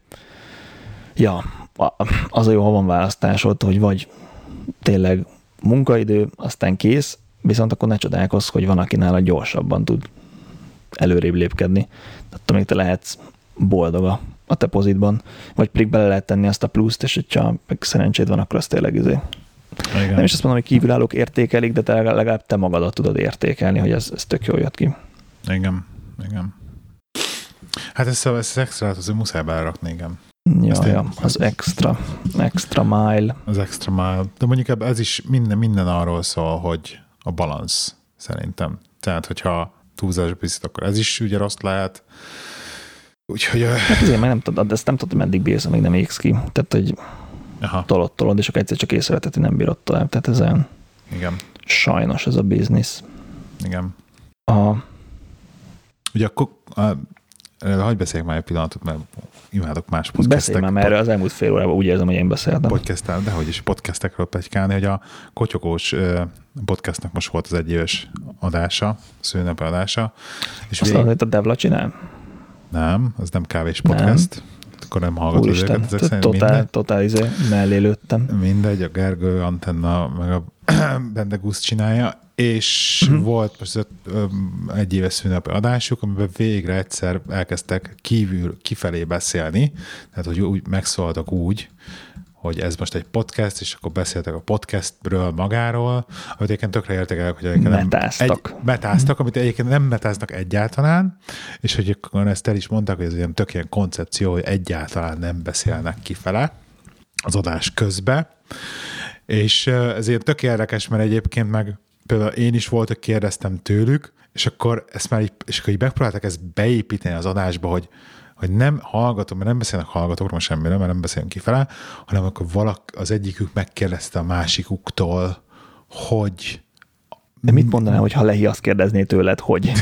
Speaker 1: az a jó, ha van választásod, hogy vagy tényleg munkaidő, aztán kész, viszont akkor ne csodálkozz, hogy van, aki nála gyorsabban tud előrébb lépkedni. Attól még te lehetsz boldog a te pozitban, vagy pedig bele lehet tenni azt a pluszt, és hogyha meg szerencséd van, akkor az tényleg nem is azt mondom, hogy kívülállók értékelik, de te legalább te magadat tudod értékelni, hogy ez tök jól jött ki.
Speaker 2: Igen. Hát ezt extrát azért muszáj belerakni, igen.
Speaker 1: Az extra mile.
Speaker 2: Az extra mile. De mondjuk ez is minden arról szól, hogy a balansz szerintem. Tehát, hogyha túlzásba viszed, akkor ez is ugye rossz lehet. Úgyhogy...
Speaker 1: Hát azért meg nem tudod, ezt nem tudod, hogy meddig bírsz, amíg nem égsz ki. Tehát, hogy tolod, és akkor egyszer csak észrevetett, hogy nem bírod tovább. Tehát ez olyan...
Speaker 2: Igen.
Speaker 1: Sajnos ez a biznisz.
Speaker 2: Igen. Ugye akkor... Hagyj beszéljek már egy pillanatot, mert imádok más podcastek.
Speaker 1: Beszélj már, mert az elmúlt fél órában úgy érzem, hogy én beszéltem.
Speaker 2: Dehogy is podcastekről pletykálni, hogy a Kotyogós podcastnak most volt az egyéves adása, szőnyepe adása. És
Speaker 1: azt mondod, hogy a Devla csinál?
Speaker 2: Nem, az nem kávés podcast. Nem. Akkor nem hallgatod őket.
Speaker 1: Totál mellé lőttem.
Speaker 2: Mindegy, a Gergő, Antenna, meg a Bendegusz csinálja, és volt most egy éves szünnepi adásuk, amiben végre egyszer elkezdtek kifelé beszélni, tehát hogy úgy megszólaltak úgy, hogy ez most egy podcast, és akkor beszéltek a podcastről magáról, amit egyébként tökre értek hogy metáztak, amit egyébként nem metáznak egyáltalán, és hogy akkor ezt el is mondták, hogy ez ilyen tök ilyen koncepció, hogy egyáltalán nem beszélnek kifele az adás közben, és ez ilyen tök érdekes, mert egyébként meg például én is voltak, kérdeztem tőlük, és akkor így megpróbálták ezt beépíteni az adásba, hogy nem hallgatom, mert nem beszélnek hallgatókról semmiről, mert nem beszélünk kifele, hanem akkor az egyikük megkérdezte a másikuktól, hogy...
Speaker 1: De mit mondanál, hogyha Lehi azt kérdezné tőled, hogy?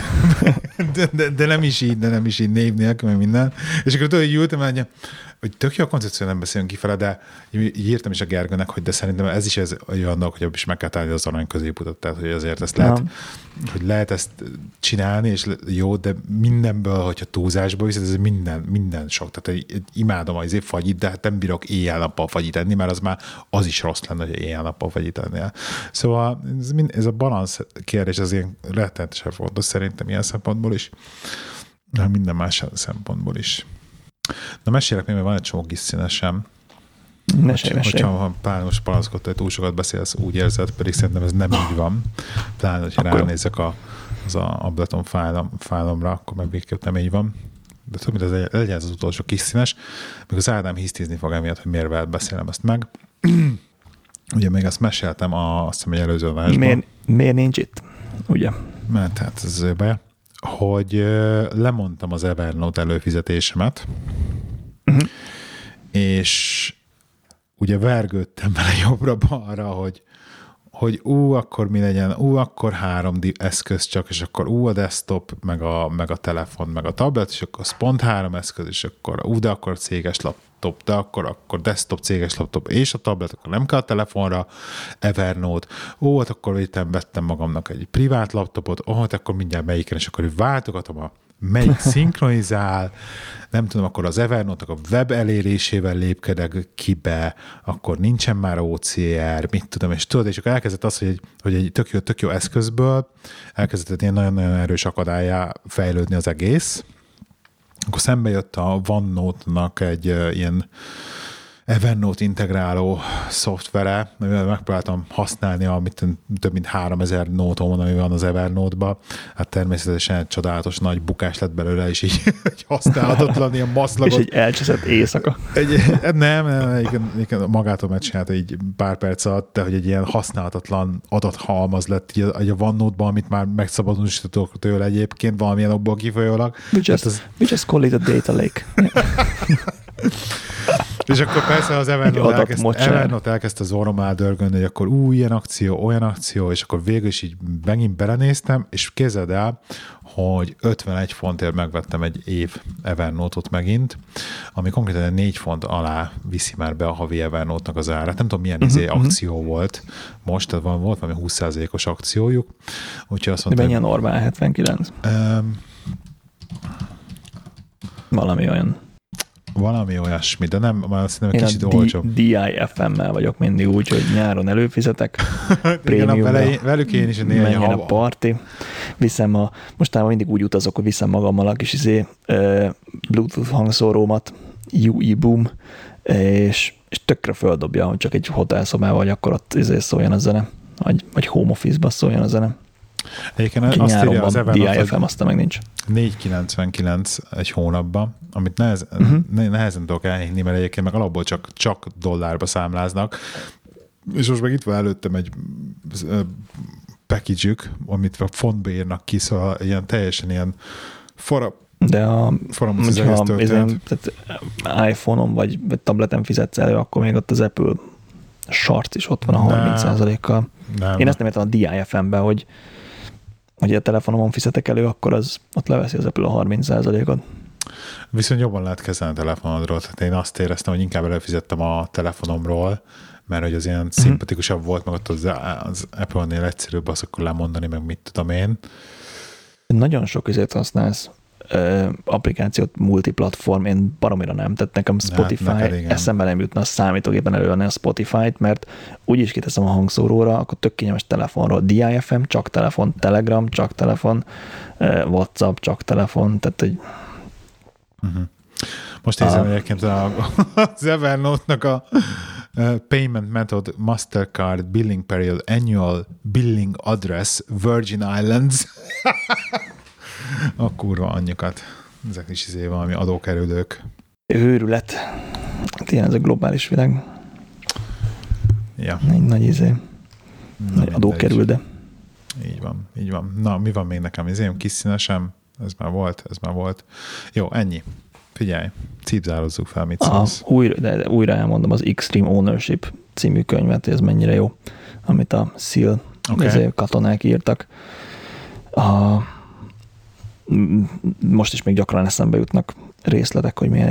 Speaker 2: de nem is így név nélkül, meg minden. És akkor tudod, hogy ültem, hogy tök jó a koncepció, nem beszélünk kifele, de írtam is a Gergőnek, hogy de szerintem ez is olyan dolog, hogy is meg kell találni az arany középutat, tehát hogy azért ezt lehet ezt csinálni, és jó, de mindenből, hogyha túlzásba viszed, ez minden sok. Tehát imádom az fagyit, de hát nem bírok éjjel-nappal fagyit enni, mert az is rossz lenne, hogy éjjel-nappal fagyit ennél. Szóval ez a balansz kérdés, az ilyen rettenetesen fontos szerintem ilyen szempontból is, de minden más szempontból is. Na mesélek még, mert van egy csomó kis színesem.
Speaker 1: Mesélj.
Speaker 2: Hogyha plános panaszkodtál, hogy túl sokat beszélsz, úgy érzed, pedig szerintem ez nem így van. Pláne, hogyha ránézek az Ableton fájlomra, akkor meg végképp nem így van. De tudom, hogy legyen ez az utolsó kis színes, még az Ádám hisztizni fog emiatt, hogy miért veled beszélem ezt meg. Ugye még azt meséltem azt hiszem, egy előző adásban.
Speaker 1: Miért nincs itt? Ugye?
Speaker 2: Mert hát ez az be, hogy lemondtam az Evernote előfizetésemet, és ugye vergődtem vele jobbra-balra, hogy akkor mi legyen, akkor 3 eszköz csak, és akkor a desktop, meg a telefon, meg a tablet, és akkor az pont 3 eszköz, és akkor de akkor céges laptop, de akkor desktop, céges laptop, és a tablet, akkor nem kell a telefonra, Evernote, hát akkor vettem magamnak egy privát laptopot, hát akkor mindjárt melyiken, és akkor váltogatom melyik szinkronizál, nem tudom, akkor az Evernote-nak a web elérésével lépkedek kibe, akkor nincsen már OCR, mit tudom, és tudod, és akkor elkezdett az, hogy egy tök jó eszközből elkezdett ilyen nagyon-nagyon erős akadályá fejlődni az egész. Akkor szembe jött a OneNote-nak egy ilyen Evernote integráló szoftvere, amivel megpróbáltam használni a több mint 3000 nótomon, ami van az Evernote-ban. Hát természetesen egy csodálatos nagy bukás lett belőle, és így használhatatlan, ilyen maszlagot.
Speaker 1: És egy elcseszett éjszaka.
Speaker 2: Nem, magától megcsinálta így pár perc alatt, de hogy egy ilyen használhatatlan adathalmaz lett így a OneNote-ban, amit már megszabadultatok tőle egyébként valamilyen okból kifolyólag.
Speaker 1: We just call it a data lake.
Speaker 2: És akkor persze az Evernote elkezdte az orromál dörgölni, hogy akkor ilyen akció, olyan akció, és akkor végül is így megint belenéztem, és képzeld el, hogy 51 fontért megvettem egy év Evernote-ot megint, ami konkrétan 4 font alá viszi már be a havi Evernote-nak az árát. Nem tudom, milyen akció volt most, tehát volt valami 20%-os akciójuk. Úgyhogy azt mondtam,
Speaker 1: mennyi a normál 79? Valami olyan.
Speaker 2: Valami olyasmi, de nem, már szerintem egy kicsit olcsóbb.
Speaker 1: DIFM-mel vagyok mindig úgy, hogy nyáron előfizetek.
Speaker 2: Igen, velük én is
Speaker 1: menjen a parti. Mostanában mindig úgy utazok, hogy viszem magammal a kis Bluetooth hangszórómat, UE Boom, és tökre földobja, hogy csak egy hotelszobában vagy, akkor ott szóljon a zene, vagy home office-ba szóljon a zene.
Speaker 2: Egyébként azt írja az Evernote,
Speaker 1: DIFM, aztán meg nincs.
Speaker 2: 4,99 egy hónapban, amit nehezen tudok elhinni, mert egyébként meg alapból csak dollárba számláznak. És most meg itt van előttem egy package-ük, amit a fontba írnak ki, szóval ilyen teljesen ilyen
Speaker 1: de hogyha iPhone-on vagy tableten fizetsz elő, akkor még ott az Apple Shorts is ott van a 30%-kal. Én ezt nem értem a DIFM-ben, hogy a telefonomon fizetek elő, akkor ott leveszi az Apple a 30%-ot.
Speaker 2: Viszont jobban lehet kezelni a telefonodról. Tehát én azt éreztem, hogy inkább előfizettem a telefonomról, mert hogy az ilyen szimpatikusabb volt, meg ott az Apple-nél egyszerűbb azt akkor lemondani, meg mit tudom én.
Speaker 1: Nagyon sok üzét használsz applikációt, multiplatform, én baromira nem, tehát nekem Spotify, eszembe nem jutna a számítógépen elővenni a Spotify-t, mert úgyis kiteszem a hangszóróra, akkor tök kényelmes telefonról. DIFM, csak telefon, Telegram, csak telefon, WhatsApp, csak telefon, tehát hogy...
Speaker 2: Most nézem egyébként az Evernote-nak a Payment Method Mastercard Billing Period Annual Billing Address Virgin Islands. A kurva anyjukat. Ezek is valami adókerülők.
Speaker 1: Őrület. Ilyen ez a globális világ.
Speaker 2: Ja.
Speaker 1: Egy nagy adókerülde.
Speaker 2: Így van. Na, mi van még nekem? Kis színesem? Ez már volt. Jó, ennyi. Figyelj, cípzározzuk fel, mit szólsz.
Speaker 1: Újra elmondom az Extreme Ownership című könyvet, ez mennyire jó, amit a SEAL katonák írtak. Most is még gyakran eszembe jutnak részletek, hogy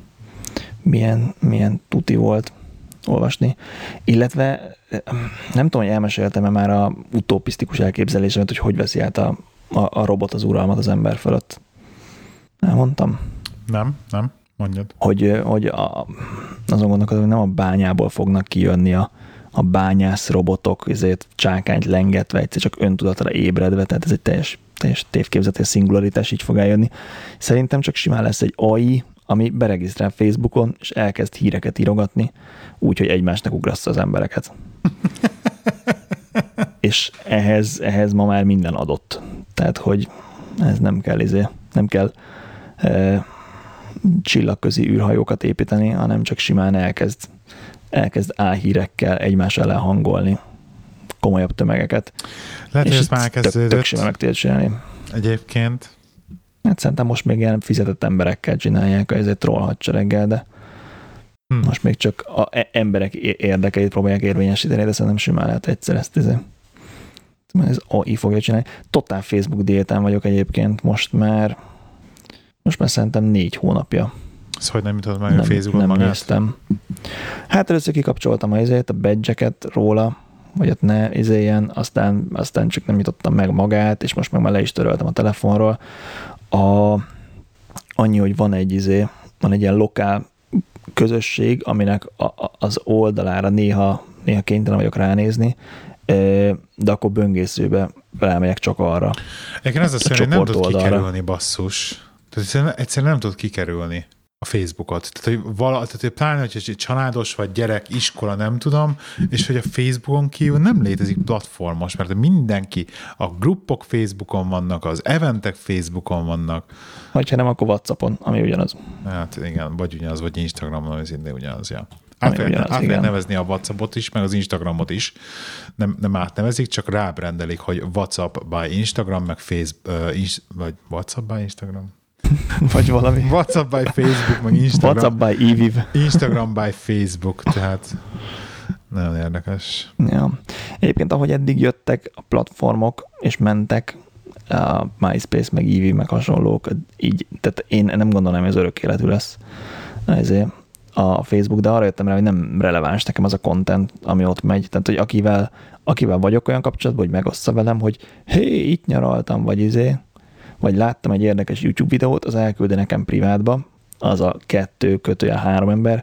Speaker 1: milyen tuti volt olvasni. Illetve nem tudom, hogy elmeséltem-e már a utopisztikus elképzelésemet, hogy veszi át a robot az uralmat az ember fölött. Elmondtam?
Speaker 2: Nem, mondjad.
Speaker 1: Hogy azon gondolkodom, hogy nem a bányából fognak kijönni a bányász robotok, ezért csákányt lengetve, egyszer csak öntudatra ébredve, tehát ez egy teljes tévképzetes szingularitás, így fog eljönni. Szerintem csak simán lesz egy AI, ami beregisztrál Facebookon, és elkezd híreket írogatni, úgyhogy egymásnak ugrassza az embereket. És ehhez ma már minden adott. Tehát, hogy ez nem kell csillagközi űrhajókat építeni, hanem csak simán elkezd álhírekkel egymás ellen hangolni komolyabb tömegeket.
Speaker 2: Lehet, hogy ezt már elkezdődött.
Speaker 1: Tök simán meg tudod csinálni.
Speaker 2: Egyébként.
Speaker 1: Hát szerintem most még ilyen fizetett emberekkel csinálják, ez egy troll hadsereggel, de most még csak emberek érdekeit próbálják érvényesíteni, de szerintem simán lehet egyszer ezt ez AI fogja csinálni. Totál Facebook diétán vagyok egyébként most már szerintem 4 hónapja.
Speaker 2: Ez hogy nem jutott meg a Facebookon magát? Nem
Speaker 1: néztem. Hát először kikapcsoltam a badge-eket róla, vagy ott ne izéljen, aztán csak nem jutottam meg magát, és most meg már le is töröltem a telefonról. Annyi, hogy van egy ilyen lokál közösség, aminek az oldalára néha kénytelen vagyok ránézni, de akkor böngészőbe rámegyek csak arra.
Speaker 2: Egyébként ez azt mondja, hogy nem tud kikerülni, basszus. Tehát egyszerűen nem tud kikerülni. a Facebookot. Tehát, hogy pláne, hogy családos vagy gyerek, iskola, nem tudom, és hogy a Facebookon kívül nem létezik platformos, mert mindenki, a gruppok Facebookon vannak, az eventek Facebookon vannak.
Speaker 1: Vagy ha nem, akkor WhatsAppon, ami ugyanaz.
Speaker 2: Hát igen, vagy ugyanaz, vagy Instagramon, ami szintén ugyanaz, ja.
Speaker 1: Át
Speaker 2: lehet nevezni a WhatsAppot is, meg az Instagramot is. Nem átnevezik, csak rábrendelik, hogy WhatsApp by Instagram, meg vagy WhatsApp by Instagram?
Speaker 1: Vagy valami.
Speaker 2: WhatsApp by Facebook, meg Instagram.
Speaker 1: WhatsApp by eViv.
Speaker 2: Instagram by Facebook, tehát nagyon érdekes.
Speaker 1: Ja. Egyébként, ahogy eddig jöttek a platformok, és mentek, a MySpace, meg eViv, meg hasonlók, így, tehát én nem gondolom, hogy ez örök életű lesz ezért a Facebook, de arra jöttem rá, hogy nem releváns nekem az a content, ami ott megy. Tehát, hogy akivel vagyok olyan kapcsolatban, hogy megossza velem, hogy hé, itt nyaraltam, vagy láttam egy érdekes YouTube videót, az elküldi nekem privátba, az a 2-3 ember,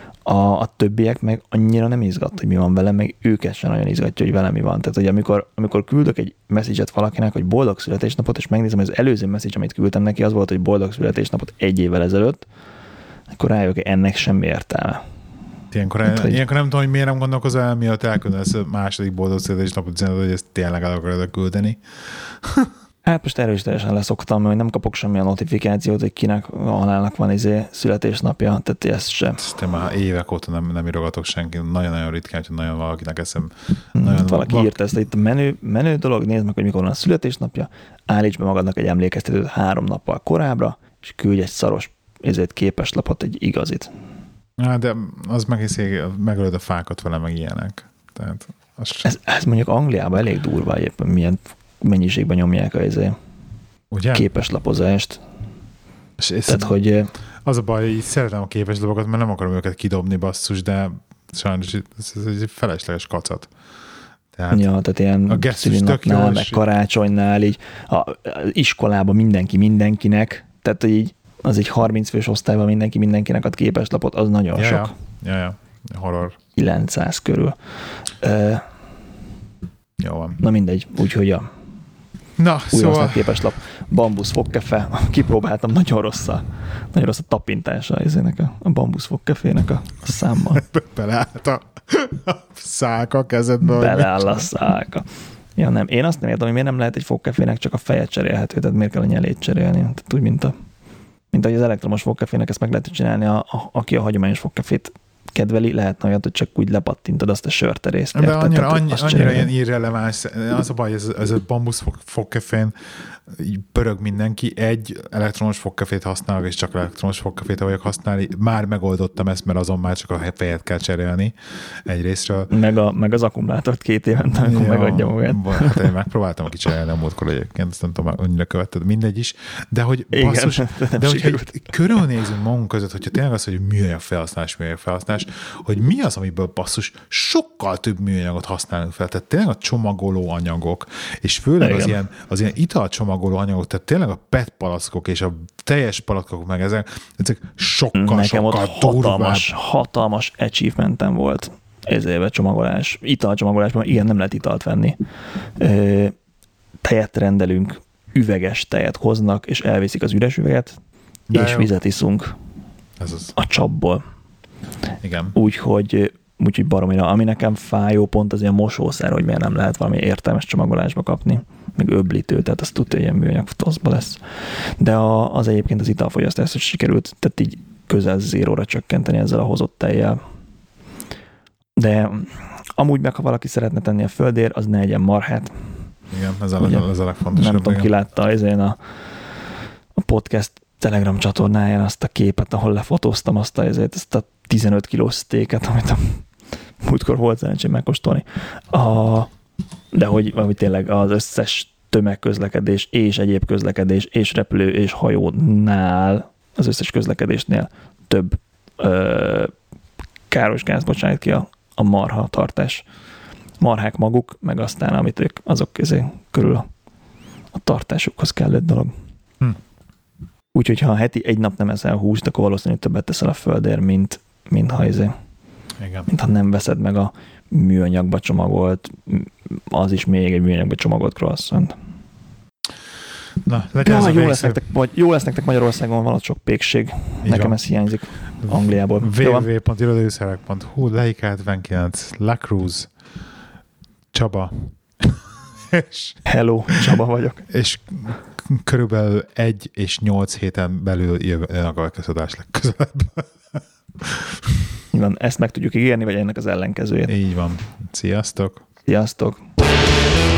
Speaker 1: a többiek meg annyira nem izgat, hogy mi van velem, meg őket sem nagyon izgatja, hogy velem mi van. Tehát, hogy amikor küldök egy message-et valakinek, hogy boldog születésnapot, és megnézem, hogy az előző message, amit küldtem neki, az volt, hogy boldog születésnapot 1 évvel ezelőtt, akkor rájövök, hogy ennek semmi értelme.
Speaker 2: Ilyenkor nem tudom, hogy miért nem gondolkozol el, miatt elküldesz a második boldog születésnapot üzenetet, hogy ezt tényleg el akarod küldeni.
Speaker 1: Hát most erről is teljesen leszoktam, hogy nem kapok semmilyen notifikációt, hogy kinek a halálnak van születésnapja, tehát ezt sem.
Speaker 2: Ezt már évek óta nem írogatok senki, nagyon-nagyon ritkán, hogy nagyon valakinek eszem.
Speaker 1: Valaki írta ezt, itt a menő dolog, nézd meg, hogy mikor van a születésnapja, állíts be magadnak egy emlékeztetőt 3 nappal korábbra, és küldj egy szaros képeslapot, egy igazit.
Speaker 2: De az megölöd a fákat vele, meg ilyenek. Tehát
Speaker 1: ez mondjuk Angliában elég durva éppen, milyen mennyiségben nyomják a képeslapozást. Tehát, hogy...
Speaker 2: Az a baj, hogy szeretem a képeslapokat, mert nem akarom őket kidobni, basszus, de sajnos ez egy felesleges kacat.
Speaker 1: Tehát ilyen szülinapnál, meg karácsonynál, így az iskolában mindenkinek, tehát hogy így az egy 30 fős osztályban mindenkinek ad képeslapot, az nagyon sok.
Speaker 2: Ja. Horror.
Speaker 1: 900 körül.
Speaker 2: Jó van.
Speaker 1: Na mindegy, úgyhogy ja.
Speaker 2: Na,
Speaker 1: szóval... képeslap, bambusz fogkefe, kipróbáltam, nagyon rossz a tapintása a bambusz fogkefének a számmal.
Speaker 2: Beleállt a szálka a kezedbe.
Speaker 1: Beleáll a szálka. Ja nem, én azt nem értem, hogy miért nem lehet egy fogkefének csak a fejet cserélhető, tehát miért kell a nyelét cserélni. Tehát úgy, mint ahogy az elektromos fogkefének ezt meg lehet csinálni, aki a hagyományos fogkefét kedveli, lehetne olyat, hogy csak úgy lepattintod azt a sörterészt.
Speaker 2: De annyira ilyen irreleváns, az a baj, ez a bambusz fogkefén így pörög mindenki, egy elektromos fogkefét használok, és csak elektromos fogkefét vagyok használni. Már megoldottam ezt, mert azon már csak a fejet kell cserélni egyrésztről.
Speaker 1: Meg az akkumulátort 2 évente, amikor megadja magát.
Speaker 2: Hát én megpróbáltam kicserélni a múltkor egyébként, azt nem tudom, annyira követted, mindegy is. De hogy basszus, de hogyha körülnézünk magunk között, hogyha tényleg az, hogy műanyag felhasználás, hogy mi az, amiből basszus sokkal több műanyagot használunk fel. Tehát tényleg a csomagoló anyagok, és főleg az ilyen italcsomagoló anyagok, tehát tényleg a PET palackok és a teljes palackok meg ezek sokkal durvább.
Speaker 1: Hatalmas achievementem volt ezért csomagolás, italcsomagolásban, igen, nem lehet italt venni. Tejet rendelünk, üveges tejet hoznak, és elviszik az üres üveget, és vizet iszunk a csapból.
Speaker 2: Igen.
Speaker 1: Úgyhogy baromira, ami nekem fájó pont az ilyen mosószer, hogy miért nem lehet valami értelmes csomagolásba kapni, meg öblítő, tehát az tudja, hogy ilyen műanyag toszba lesz. De az egyébként az italfogyasztás sikerült, tehát így közel 0-ra csökkenteni ezzel a hozott tejjel. De amúgy meg, ha valaki szeretne tenni a földért, az ne egyen marhát.
Speaker 2: Igen, ez a legfontosabb.
Speaker 1: Nem tudom, ki látta a podcast Telegram csatornáján azt a képet, ahol lefotóztam ezt a 15 kilós sztéket, amit a múltkor volt szerencsém megkóstolni. De hogy tényleg az összes tömegközlekedés és egyéb közlekedés és repülő és hajónál, az összes közlekedésnél több káros gáz bocsánat ki a marha tartás. Marhák maguk, meg aztán amit ők azok közé körül a tartásukhoz kellett dolog. Úgyhogy ha heti egy nap nem eszel húst, akkor valószínűleg többet teszel a földért, mint ha nem veszed meg a műanyagba csomagolt, az is még egy műanyagba csomagolt croissant.
Speaker 2: Na, legyen ez a végszó.
Speaker 1: Jó lesz nektek Magyarországon, van ott sok pékség. Nekem ez hiányzik Angliából.
Speaker 2: www.irodaiszerek.hu, Leica 79, La Cruz, Csaba.
Speaker 1: Hello, Csaba vagyok.
Speaker 2: És körülbelül 1 és 8 héten belül jön a következődés legközelebb.
Speaker 1: Van, ezt meg tudjuk ígérni, vagy ennek az ellenkezőjét.
Speaker 2: Így van. Sziasztok!
Speaker 1: Sziasztok!